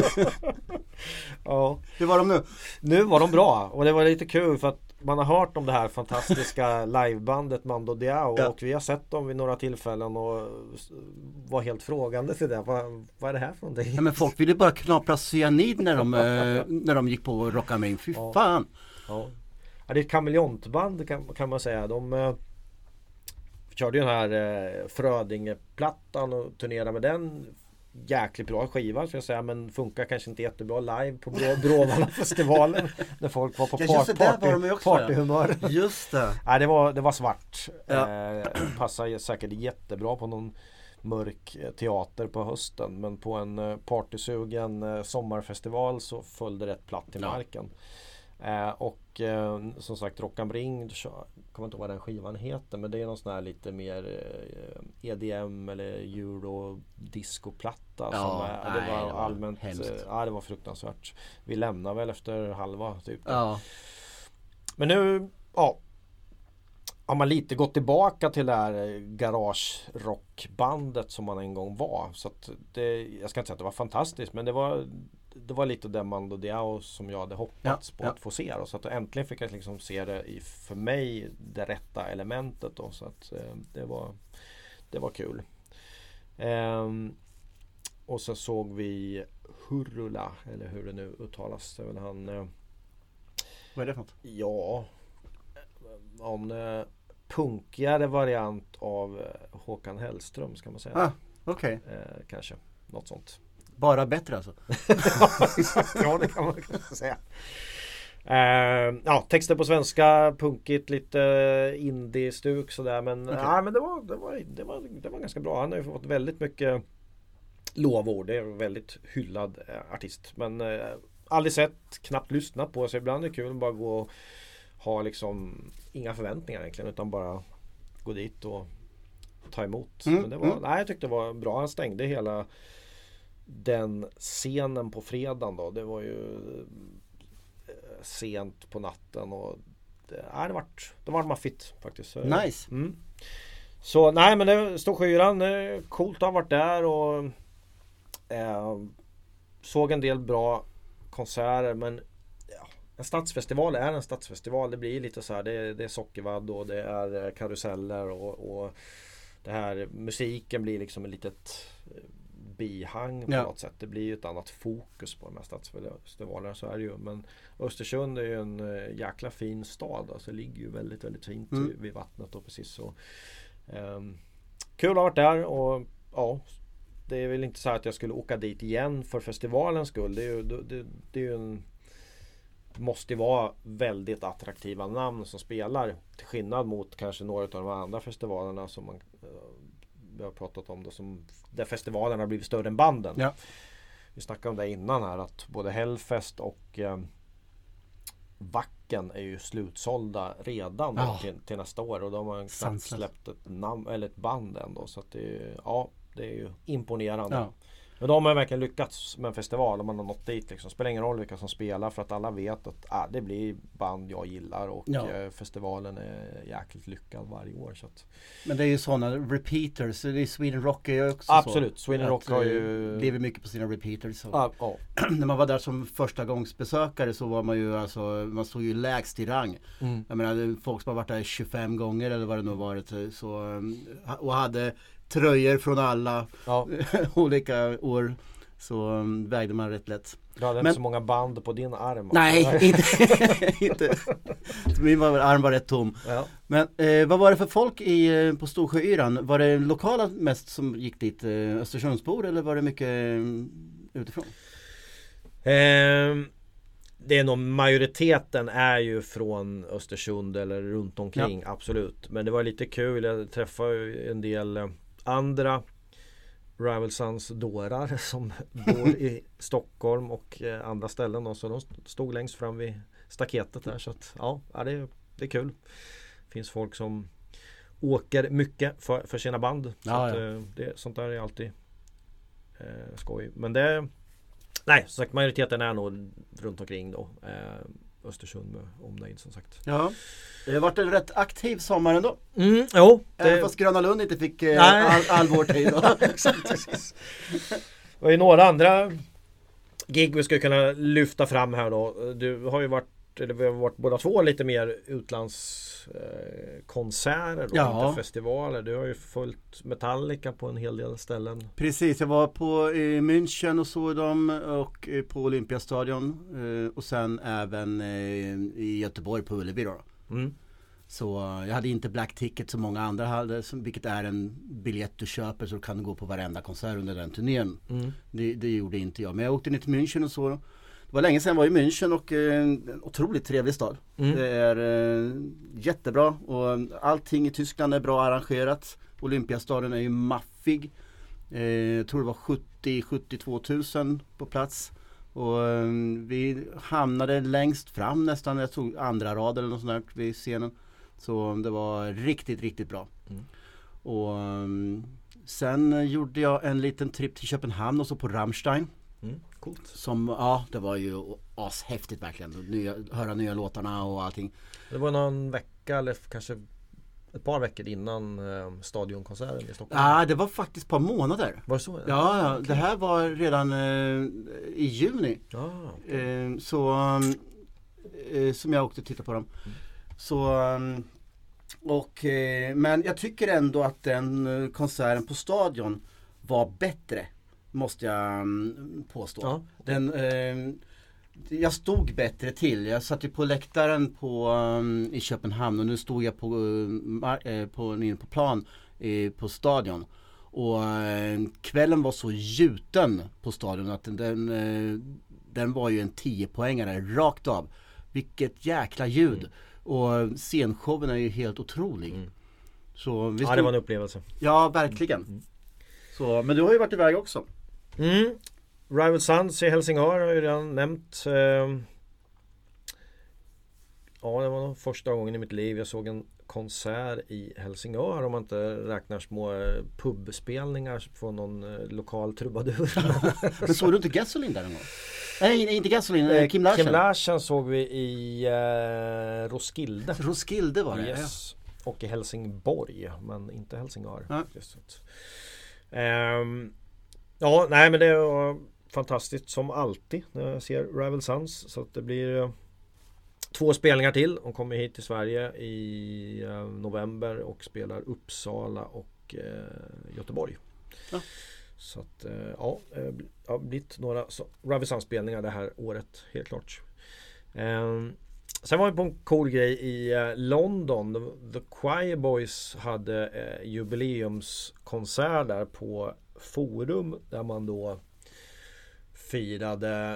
Speaker 2: Ja.
Speaker 3: Hur var de nu?
Speaker 2: Nu var de bra och det var lite kul för att man har hört om det här fantastiska livebandet Mando Diao
Speaker 3: Ja.
Speaker 2: och vi har sett dem vid några tillfällen och var helt frågande till det. Vad, vad är det här för någonting?
Speaker 3: Ja, men folk ville bara knapra cyanid när de, eh, när de gick på Rock am Ring. Fy
Speaker 2: Ja.
Speaker 3: fan.
Speaker 2: Ja. Ja, det är ett kameleontband kan, kan man säga. De eh, körde ju den här eh, Frödinge-plattan och turnerade med den. Jäkligt bra skiva ska jag säga, men funkar kanske inte jättebra live på Brå, Bråvalla-festivalen när folk var på
Speaker 3: Ja, just det, där
Speaker 2: party,
Speaker 3: var de ju också, ja.
Speaker 2: partyhumör.
Speaker 3: Just det.
Speaker 2: Nej, det var, det var svart.
Speaker 3: Ja.
Speaker 2: Eh, passar säkert jättebra på någon mörk eh, teater på hösten, men på en eh, partysugen eh, sommarfestival så föll det rätt platt i
Speaker 3: Ja.
Speaker 2: marken. Eh, och eh, som sagt Rock am Ring, jag kommer inte ihåg vad den skivan heter, men det är någon sån här lite mer eh, E D M eller euro discoplatta
Speaker 3: Ja,
Speaker 2: som eh, det
Speaker 3: nej,
Speaker 2: var
Speaker 3: det var
Speaker 2: allmänt
Speaker 3: hemskt.
Speaker 2: eh, ja, det var fruktansvärt. Vi lämnar väl efter halva typ.
Speaker 3: Ja.
Speaker 2: Men nu, ja, har man lite gått tillbaka till det här garage-rockbandet som man en gång var. Så att det, jag ska inte säga att det var fantastiskt, men det var, det var lite det Mando Diao som jag hade hoppats
Speaker 3: Ja,
Speaker 2: på
Speaker 3: ja.
Speaker 2: att få se. Då. Så att äntligen fick jag liksom se det i, för mig, det rätta elementet. Då. Så att eh, det var, det var kul. Ehm, och så såg vi Hurula, eller hur det nu uttalas. Det är väl han... Eh,
Speaker 3: Vad är det för något?
Speaker 2: Ja, en eh, punkigare variant av eh, Håkan Hellström ska man säga.
Speaker 3: Ah, okej.
Speaker 2: Eh, kanske, något sånt.
Speaker 3: Bara bättre alltså?
Speaker 2: Ja, det kan man kanske säga. Eh, ja, texter på svenska, punkigt, lite indie-stuk sådär. Men,
Speaker 3: Okej.
Speaker 2: ja, men det, var, det, var, det, var, det var ganska bra. Han har ju fått väldigt mycket lovord. Det är en väldigt hyllad eh, artist. Men eh, aldrig sett, knappt lyssnat på. Så ibland är det kul att bara gå och ha liksom inga förväntningar egentligen, utan bara gå dit och ta emot.
Speaker 3: Mm,
Speaker 2: Men det var,
Speaker 3: mm.
Speaker 2: nej, jag tyckte det var bra. Han stängde hela den scenen på fredagen då. Det var ju eh, sent på natten och det, nej, det vart det var maffigt faktiskt. Så,
Speaker 3: Nice.
Speaker 2: Mm. Så nej, men det stod skyran. eh, Coolt att ha varit där och eh, såg en del bra konserter, men ja, en stadsfestival är en stadsfestival. Det blir lite så här, det, det är sockervadd och det är eh, karuseller och, och det här musiken blir liksom ett litet eh, bihang på
Speaker 3: Ja.
Speaker 2: något sätt. Det blir ju ett annat fokus på de här stadsfestivalerna, så är det ju. Men Östersund är ju en eh, jäkla fin stad. Alltså det ligger ju väldigt, väldigt fint
Speaker 3: Mm.
Speaker 2: vid, vid vattnet och precis så. Ehm, kul att ha varit där och ja, det är väl inte så här att jag skulle åka dit igen för festivalens skull. Det är ju, det, det är ju en, måste ju vara väldigt attraktiva namn som spelar, till skillnad mot kanske några av de andra festivalerna som man eh, vi har pratat om, då, som, där festivalerna har blivit större än banden.
Speaker 3: Ja.
Speaker 2: Vi snackade om det innan här, att både Hellfest och eh, Wacken är ju slutsålda redan
Speaker 3: Ja.
Speaker 2: till, till nästa år, och de har knappt
Speaker 3: Sanslöst.
Speaker 2: släppt ett namn eller ett band ändå, så att det, är- ja, det är ju imponerande.
Speaker 3: Ja.
Speaker 2: Men de har verkligen lyckats med en festival om man har nått dit liksom. Spelar ingen roll vilka som spelar för att alla vet att ah, det blir band jag gillar och
Speaker 3: Ja.
Speaker 2: eh, festivalen är jäkligt lyckad varje år. Så att...
Speaker 3: Men det är ju sådana repeaters, det är Sweden Rock är ju också
Speaker 2: Absolut,
Speaker 3: så.
Speaker 2: Sweden
Speaker 3: Att,
Speaker 2: Rock har
Speaker 3: eh,
Speaker 2: ju...
Speaker 3: lever mycket på sina repeaters. Så.
Speaker 2: Ah, ja.
Speaker 3: När man var där som första gångs besökare så var man ju alltså, man stod ju lägst i rang.
Speaker 2: Mm.
Speaker 3: Jag menar, folk som har varit där tjugofem gånger eller vad det nu varit så, och hade tröjor från alla
Speaker 2: Ja.
Speaker 3: olika år, så um, vägde man rätt lätt.
Speaker 2: Du hade
Speaker 3: Men-
Speaker 2: inte så många band på din arm.
Speaker 3: Nej, inte, inte. Min var, arm var rätt tom.
Speaker 2: Ja.
Speaker 3: Men eh, vad var det för folk i, eh, på Storsjöyran? Var det lokala mest som gick dit? Eh, Östersundsbor eller var det mycket eh, utifrån?
Speaker 2: Ehm, det är nog majoriteten är ju från Östersund eller runt omkring, absolut. Men det var lite kul, jag träffade ju en del eh, andra Rival Sons dårar som bor i Stockholm och eh, andra ställen då, så de stod längst fram vid staketet där, så att ja, ja, det, det är kul. Det finns folk som åker mycket för, för sina band, så
Speaker 3: Ja,
Speaker 2: att,
Speaker 3: ja.
Speaker 2: eh, det, sånt där är alltid eh, skoj. Men det, nej, som sagt, majoriteten är nog runt omkring då, eh, Östersund med omnejd som sagt.
Speaker 3: Ja, det har varit en rätt aktiv sommar ändå.
Speaker 2: Mm, jo,
Speaker 3: Även
Speaker 2: det,
Speaker 3: fast Gröna Lund inte fick eh,
Speaker 2: Nej.
Speaker 3: all, all vår tid då.
Speaker 2: exakt, precis. Det var ju några andra gig vi skulle kunna lyfta fram här då. Du har ju varit, eller vi har varit båda två lite mer utlandskonserter eh, konserter då,
Speaker 3: Ja.
Speaker 2: inte festivaler. Du har ju följt Metallica på en hel del ställen.
Speaker 3: Precis, jag var på i München och såg dem och eh, på Olympiastadion eh, och sen även eh, i Göteborg på Ullevi då.
Speaker 2: Mm.
Speaker 3: Så eh, jag hade inte black ticket som många andra hade, som, vilket är en biljett du köper så du kan gå på varenda konsert under den turnén.
Speaker 2: Mm.
Speaker 3: Det, det gjorde inte jag, men jag åkte ner till München och så. Det var länge sedan jag var i München och eh, en otroligt trevlig stad.
Speaker 2: Mm.
Speaker 3: Det är eh, jättebra och allting i Tyskland är bra arrangerat. Olympiastadion är ju maffig. Eh, jag tror det var sjuttio till sjuttiotvå tusen på plats. Och eh, vi hamnade längst fram nästan, jag tog andra rad eller något sånt där vid scenen. Så det var riktigt, riktigt bra.
Speaker 2: Mm.
Speaker 3: Och um, sen gjorde jag en liten trip till Köpenhamn och så på Rammstein.
Speaker 2: Mm. Coolt.
Speaker 3: Som, ja, det var ju ashäftigt verkligen. Nya, höra nya låtarna och allting.
Speaker 2: Det var någon vecka eller kanske ett par veckor innan eh, stadionkonserten i Stockholm.
Speaker 3: Ja, det var faktiskt ett par månader.
Speaker 2: Var det så?
Speaker 3: Ja, ja, det här var redan eh, i juni.
Speaker 2: Ja.
Speaker 3: Eh, så um, eh, som jag åkte och tittade på dem. Så um, och eh, men jag tycker ändå att den eh, konserten på stadion var bättre, måste jag um, påstå.
Speaker 2: Ja.
Speaker 3: Den eh, jag stod bättre till. Jag satt ju på läktaren på um, i Köpenhamn och nu stod jag på uh, mar- eh, på nere på plan eh, på stadion. Och eh, kvällen var så gjuten på stadion att den den, eh, den var ju en tio poängare rakt av. Vilket jäkla ljud.
Speaker 2: Mm.
Speaker 3: Och scenshowen är ju helt otrolig.
Speaker 2: Mm.
Speaker 3: Så vi
Speaker 2: Ja,
Speaker 3: stod...
Speaker 2: det var en upplevelse.
Speaker 3: Ja, verkligen.
Speaker 2: Mm.
Speaker 3: Så, men du har ju varit iväg också.
Speaker 2: Mm. Rival Sons i Helsingör har jag ju redan nämnt. Eh, Ja, det var nog första gången i mitt liv jag såg en konsert i Helsingör, om man inte räknar små eh, pubspelningar från någon eh, lokal trubadur.
Speaker 3: Men såg du inte Gasoline där en gång? Nej, inte Gasoline, eh, Kim Larsen.
Speaker 2: Kim Larsen såg vi i eh, Roskilde.
Speaker 3: Roskilde var det,
Speaker 2: Yes. Och i Helsingborg, men inte Helsingör.
Speaker 3: Ja.
Speaker 2: Just det. Ehm, ja, nej, men det var fantastiskt som alltid när jag ser Rival Sons. Så att det blir eh, två spelningar till. De kommer hit till Sverige i eh, november och spelar Uppsala och eh, Göteborg.
Speaker 3: Ja.
Speaker 2: Så att eh, ja, det har blivit några så, Rival Sons-spelningar det här året, helt klart. Ehm, Sen var vi på en cool grej i eh, London. The Choir Boys hade eh, jubileumskonsert där på Forum, där man då firade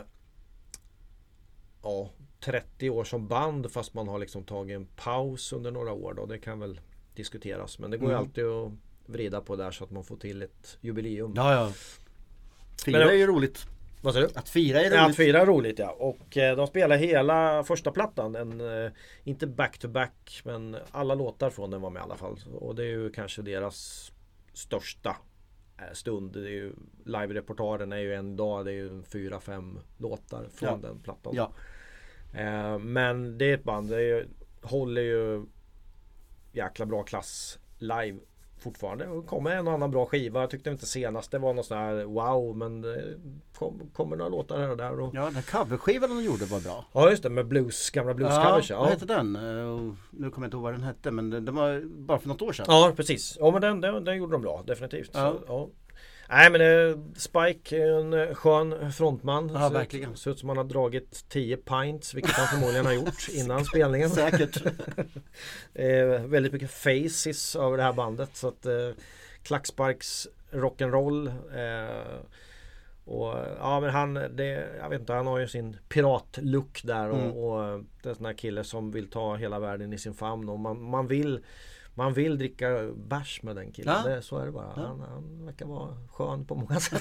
Speaker 2: ja, trettio år som band, fast man har liksom tagit en paus under några år då. Det kan väl diskuteras, men det går ju
Speaker 3: Mm.
Speaker 2: alltid att vrida på där så att man får till ett jubileum.
Speaker 3: Ja, ja. Fira
Speaker 2: Men-
Speaker 3: är ju roligt.
Speaker 2: Vad säger du?
Speaker 3: Att fira är
Speaker 2: Ja,
Speaker 3: roligt.
Speaker 2: att fira är roligt, ja. Och eh, de spelar hela första plattan. En, eh, inte back to back, men alla låtar från den var med i alla fall. Och det är ju kanske deras största stund. Det är ju, live-reportaren är ju en dag, det är ju fyra, fem låtar från
Speaker 3: Ja.
Speaker 2: den plattan.
Speaker 3: Ja.
Speaker 2: Eh, men det är ett band, det är ju, håller ju jäkla bra klass live fortfarande. Och kommer en och annan bra skiva. Jag tyckte inte senast det var något sån här wow, men det kom, kommer några låtar här och där. Och...
Speaker 3: Ja, den coverskivan de gjorde var bra.
Speaker 2: Ja, just det, med blues, gamla bluescovers.
Speaker 3: Ja,
Speaker 2: Ja,
Speaker 3: vad hette den? Uh, nu kommer jag inte ihåg vad den hette, men den, den var bara för något år sedan.
Speaker 2: ja, precis. Ja, men den, den, den gjorde de bra, definitivt.
Speaker 3: Ja.
Speaker 2: Så, ja. Nej, men eh, Spike är en skön frontman.
Speaker 3: Ja,
Speaker 2: ser,
Speaker 3: verkligen.
Speaker 2: Ser ut som han har dragit tio pints, vilket han förmodligen har gjort innan spelningen.
Speaker 3: Säkert.
Speaker 2: eh, väldigt mycket faces över det här bandet. Så att eh, klacksparks rock'n'roll. Eh, och ja, men han, det, jag vet inte, han har ju sin piratlook där och,
Speaker 3: Mm.
Speaker 2: och det är en sån här kille som vill ta hela världen i sin famn och man, man vill man vill dricka bärs med den killen.
Speaker 3: Ja.
Speaker 2: Det, så är det bara.
Speaker 3: Ja.
Speaker 2: Han, han verkar vara skön på många sätt.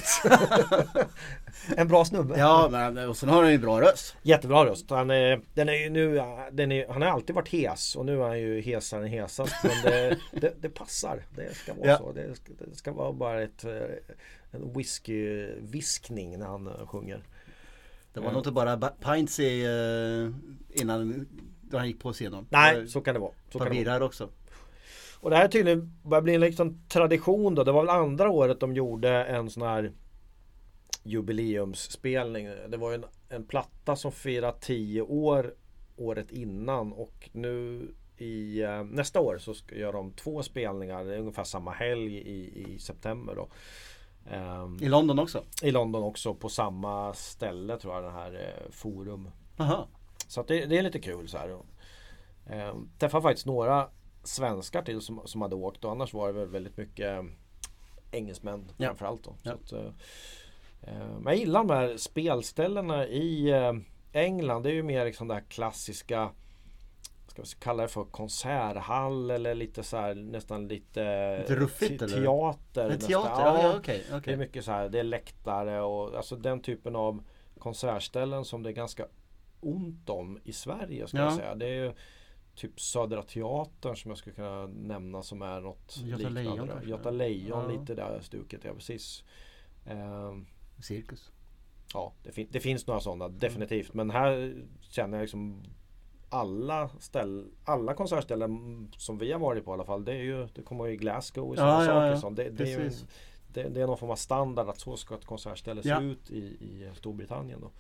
Speaker 2: En bra snubbe.
Speaker 3: Ja, men och sen har han ju bra röst.
Speaker 2: Jättebra röst. Han är, den är ju nu, den är, han har alltid varit hes och nu är han ju hesare än hesast. Men det, det, det passar. Det ska vara
Speaker 3: Ja.
Speaker 2: så. Det ska, det ska vara bara ett, en whisky-viskning när han uh, sjunger.
Speaker 3: Det var nog inte bara ba- pints i, uh, innan då han gick på scenen.
Speaker 2: Nej, så kan det vara. Så
Speaker 3: Ett
Speaker 2: kan
Speaker 3: par
Speaker 2: det vara.
Speaker 3: birrar också.
Speaker 2: Och det här tydligen börjar bli en liksom tradition då. Det var väl andra året de gjorde en sån här jubileumsspelning. Det var ju en, en platta som firar tio år året innan och nu i eh, nästa år så ska göra de två spelningar. Det är ungefär samma helg i, i september då. Ehm,
Speaker 3: I London också.
Speaker 2: I London också på samma ställe tror jag, den här eh, Forum.
Speaker 3: Aha.
Speaker 2: Så att det, det är lite kul så här. Ehm, träffade faktiskt några svenskar till som, som hade åkt och annars var det väl väldigt mycket engelsmän
Speaker 3: Ja.
Speaker 2: framförallt då.
Speaker 3: Ja.
Speaker 2: Så att, eh, men jag gillar de här spelställena i eh, England. Det är ju mer liksom det här klassiska, ska vi kalla det för konserthall eller lite så här, nästan lite,
Speaker 3: Lite ruffigt,
Speaker 2: te-
Speaker 3: eller?
Speaker 2: teater.
Speaker 3: En
Speaker 2: nästan.
Speaker 3: teater? Ja, ja, okej.
Speaker 2: Det är
Speaker 3: okej.
Speaker 2: mycket så här, det är läktare och alltså den typen av konsertställen som det är ganska ont om i Sverige ska
Speaker 3: Ja.
Speaker 2: jag säga. Det är ju typ Södra Teatern som jag skulle kunna nämna som är något
Speaker 3: Göta
Speaker 2: liknande.
Speaker 3: Lejon kanske?
Speaker 2: Göta Lejon,
Speaker 3: Ja.
Speaker 2: lite där stuket, ja precis. Ehm,
Speaker 3: Cirkus.
Speaker 2: ja, det, fin- det finns några sådana, definitivt. Men här känner jag liksom alla ställ, alla konsertställen som vi har varit på i alla fall, det är ju, det kommer ju i Glasgow och sådana
Speaker 3: Ja, ja,
Speaker 2: saker.
Speaker 3: ja.
Speaker 2: Sånt. Det, det, är ju,
Speaker 3: Precis.
Speaker 2: det, det är någon form av standard att så ska ett konsertställe se
Speaker 3: Ja.
Speaker 2: ut i, i Storbritannien då.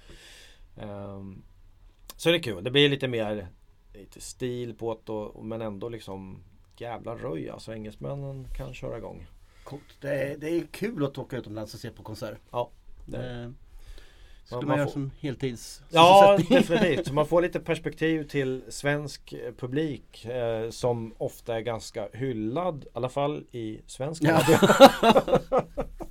Speaker 2: Ehm, så det är kul, det blir lite mer lite stil på det och, men ändå liksom jävla röj, alltså engelsmännen kan köra igång.
Speaker 3: Coolt. Det är, det är kul att åka utomlands och se på konsert.
Speaker 2: Ja,
Speaker 3: Det
Speaker 2: det,
Speaker 3: skulle
Speaker 2: man
Speaker 3: man göra
Speaker 2: får-
Speaker 3: som heltids
Speaker 2: ja definitivt. Så man får lite perspektiv till svensk eh, publik eh, som ofta är ganska hyllad, i alla fall i svensk
Speaker 3: Ja.
Speaker 2: radio.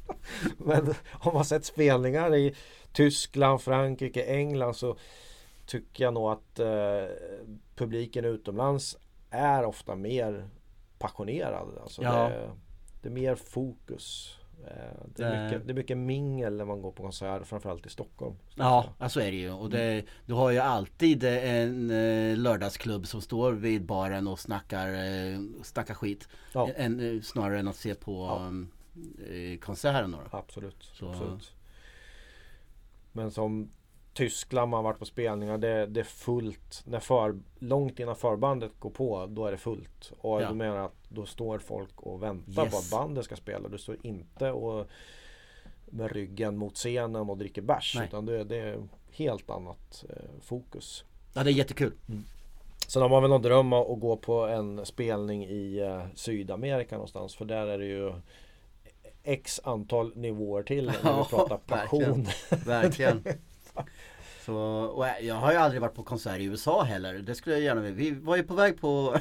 Speaker 2: Men om man sett spelningar i Tyskland, Frankrike, England så tycker jag nog att eh, publiken utomlands är ofta mer passionerad. Alltså
Speaker 3: Ja.
Speaker 2: det, det är mer fokus. Eh, det, är
Speaker 3: Det-
Speaker 2: mycket, det är mycket mingel när man går på konsert, framförallt i Stockholm.
Speaker 3: Ja, så är det ju. Och det, du har ju alltid en eh, lördagsklubb som står vid baren och snackar, eh, snackar skit.
Speaker 2: Ja.
Speaker 3: En, eh, snarare än att se på
Speaker 2: Ja.
Speaker 3: eh, konserten då.
Speaker 2: Absolut,
Speaker 3: Så-
Speaker 2: absolut. Men som Tyskland, man har varit på spelningar, det, det är fullt. När för, långt innan förbandet går på, då är det fullt. Och
Speaker 3: Ja.
Speaker 2: då menar jag att då står folk och väntar
Speaker 3: Yes.
Speaker 2: på att bandet ska spela. Du står inte och med ryggen mot scenen och dricker bärs.
Speaker 3: Nej.
Speaker 2: Utan det, det är helt annat eh, fokus.
Speaker 3: Ja, det är jättekul.
Speaker 2: Sen har man väl någon dröm om att gå på en spelning i eh, Sydamerika någonstans. För där är det ju x antal nivåer till när vi
Speaker 3: Ja,
Speaker 2: pratar passion.
Speaker 3: Verkligen. Så, och jag har ju aldrig varit på konsert i U S A heller. Det skulle jag gärna vilja. Vi var ju på väg på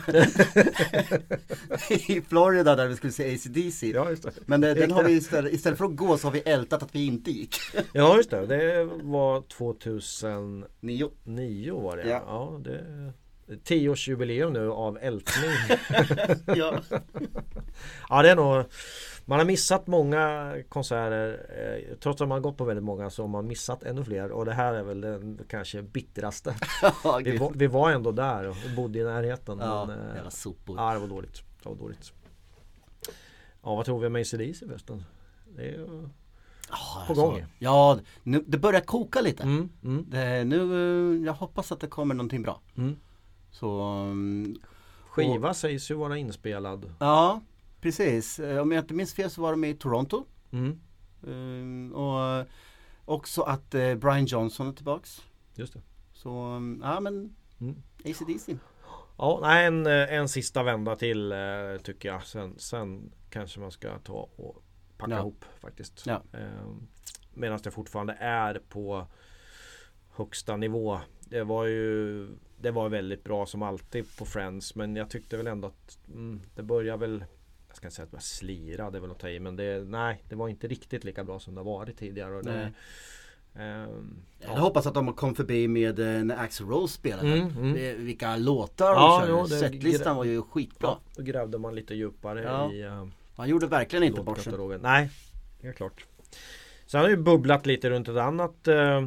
Speaker 3: i Florida där vi skulle se A C D C.
Speaker 2: Ja, just det.
Speaker 3: Men det, den har vi istället, istället för att gå så har vi ältat att vi inte gick.
Speaker 2: Ja, just det. Det var tjugohundranio
Speaker 3: Nio.
Speaker 2: var det.
Speaker 3: Ja.
Speaker 2: Ja, det är tioårsjubileum nu av ältning.
Speaker 3: Ja.
Speaker 2: Ja, det är nog, man har missat många konserter. Eh, trots att man har gått på väldigt många så har man missat ännu fler. Och det här är väl den kanske bittraste.
Speaker 3: Ja,
Speaker 2: Vi var, vi var ändå där och bodde i närheten.
Speaker 3: ja,
Speaker 2: men, eh,
Speaker 3: jävla sopor.
Speaker 2: ja, det var dåligt. Det var dåligt. Ja, vad tror vi om A C D C förresten? det är ju
Speaker 3: Ja,
Speaker 2: på gång.
Speaker 3: Ja, nu, det börjar koka lite.
Speaker 2: Mm, mm,
Speaker 3: Det, nu, jag hoppas att det kommer någonting bra.
Speaker 2: mm.
Speaker 3: Så, um,
Speaker 2: Skiva sägs ju vara inspelad.
Speaker 3: ja, precis. Eh, Om jag inte minns fel så var de i Toronto.
Speaker 2: Mm,
Speaker 3: Um, och också att eh, Brian Johnson är tillbaks.
Speaker 2: just det.
Speaker 3: Så, um, ja men
Speaker 2: Mm.
Speaker 3: A C D C.
Speaker 2: Ja, nej, en, en sista vända till eh, tycker jag. Sen, sen kanske man ska ta och packa
Speaker 3: Ja.
Speaker 2: ihop faktiskt.
Speaker 3: Ja.
Speaker 2: Eh, Medan det fortfarande är på högsta nivå. Det var ju det var väldigt bra som alltid på Friends, men jag tyckte väl ändå att mm, det börjar väl, jag ska inte säga att det var slira, det är väl att ta i, men det, nej, det var inte riktigt lika bra som det har varit tidigare. Och det,
Speaker 3: Nej.
Speaker 2: ehm,
Speaker 3: Jag hoppas att de kom förbi med eh, när Axl Rose spelade.
Speaker 2: Mm, mm.
Speaker 3: Det- Vilka låtar
Speaker 2: Ja,
Speaker 3: de körde.
Speaker 2: jo, det-
Speaker 3: Setlistan var ju skitbra.
Speaker 2: ja, då grävde man lite djupare
Speaker 3: Ja.
Speaker 2: i uh,
Speaker 3: Han gjorde verkligen inte bort sig.
Speaker 2: låtkatalogen. Nej, det är klart. Sen har det ju bubblat lite runt ett annat eh,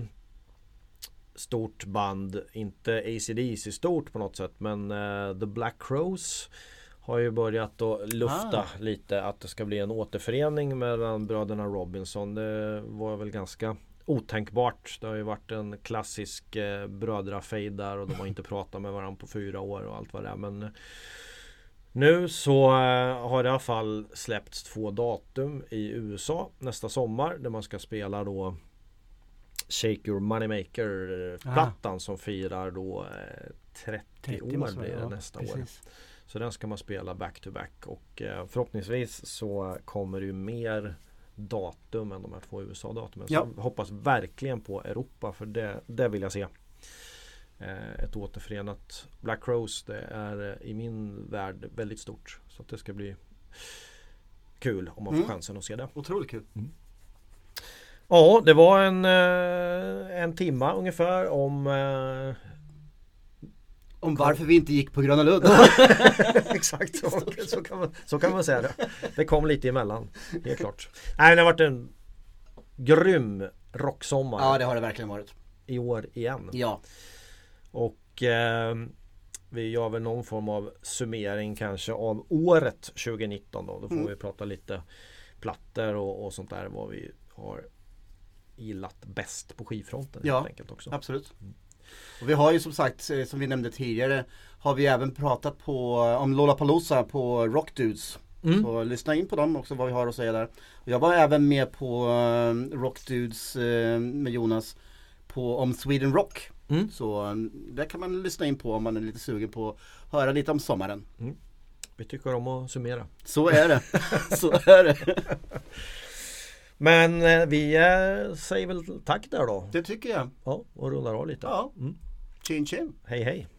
Speaker 2: stort band. Inte A C D C stort på något sätt, men eh, The Black Crowes har ju börjat att lufta
Speaker 3: Ah.
Speaker 2: lite att det ska bli en återförening mellan bröderna Robinson. Det var väl ganska otänkbart. Det har ju varit en klassisk eh, brödrafejd där och de har inte pratat med varandra på fyra år och allt vad det är. Men nu så eh, har det i alla fall släppts två datum i U S A nästa sommar där man ska spela då Shake Your Moneymaker-plattan som firar då eh, trettio år
Speaker 3: måste
Speaker 2: blir det
Speaker 3: ja,
Speaker 2: nästa
Speaker 3: precis.
Speaker 2: år. Så den ska man spela back to back och eh, förhoppningsvis så kommer det ju mer datum än de här två U S A-datumen. Så
Speaker 3: Ja.
Speaker 2: jag hoppas verkligen på Europa för det, det vill jag se. Eh, ett återförenat Black Crowes, det är eh, i min värld väldigt stort. Så att det ska bli kul om man får
Speaker 3: Mm.
Speaker 2: chansen att se det.
Speaker 3: Otroligt kul.
Speaker 2: Ja, det var en, eh, en timma ungefär om eh,
Speaker 3: Om varför vi inte gick på Gröna Lund.
Speaker 2: exakt så, så, kan man, så kan man säga det. Det kom lite emellan, helt klart. Nej, det har varit en grym rocksommar
Speaker 3: Ja, det har det verkligen varit.
Speaker 2: i år igen.
Speaker 3: Ja.
Speaker 2: Och eh, vi gör väl någon form av summering kanske av året tjugonitton då. Då får
Speaker 3: Mm.
Speaker 2: vi prata lite plattor och, och sånt där, vad vi har gillat bäst på skivfronten
Speaker 3: Ja.
Speaker 2: helt enkelt också.
Speaker 3: Absolut. Och vi har ju som sagt, eh, som vi nämnde tidigare, har vi även pratat på, om Lollapalooza på Rock Dudes.
Speaker 2: Mm.
Speaker 3: Så lyssna in på dem också, vad vi har att säga där. Och jag var även med på eh, Rock Dudes eh, med Jonas på, om Sweden Rock.
Speaker 2: Mm.
Speaker 3: Så eh, där kan man lyssna in på om man är lite sugen på att höra lite om sommaren.
Speaker 2: Vi tycker om att summera.
Speaker 3: Så är det. Så är det.
Speaker 2: Men eh, vi eh, säger väl tack där då.
Speaker 3: Det tycker jag.
Speaker 2: Ja, och rundar av lite.
Speaker 3: Ja.
Speaker 2: Mm.
Speaker 3: Chin chin.
Speaker 2: Hej hej.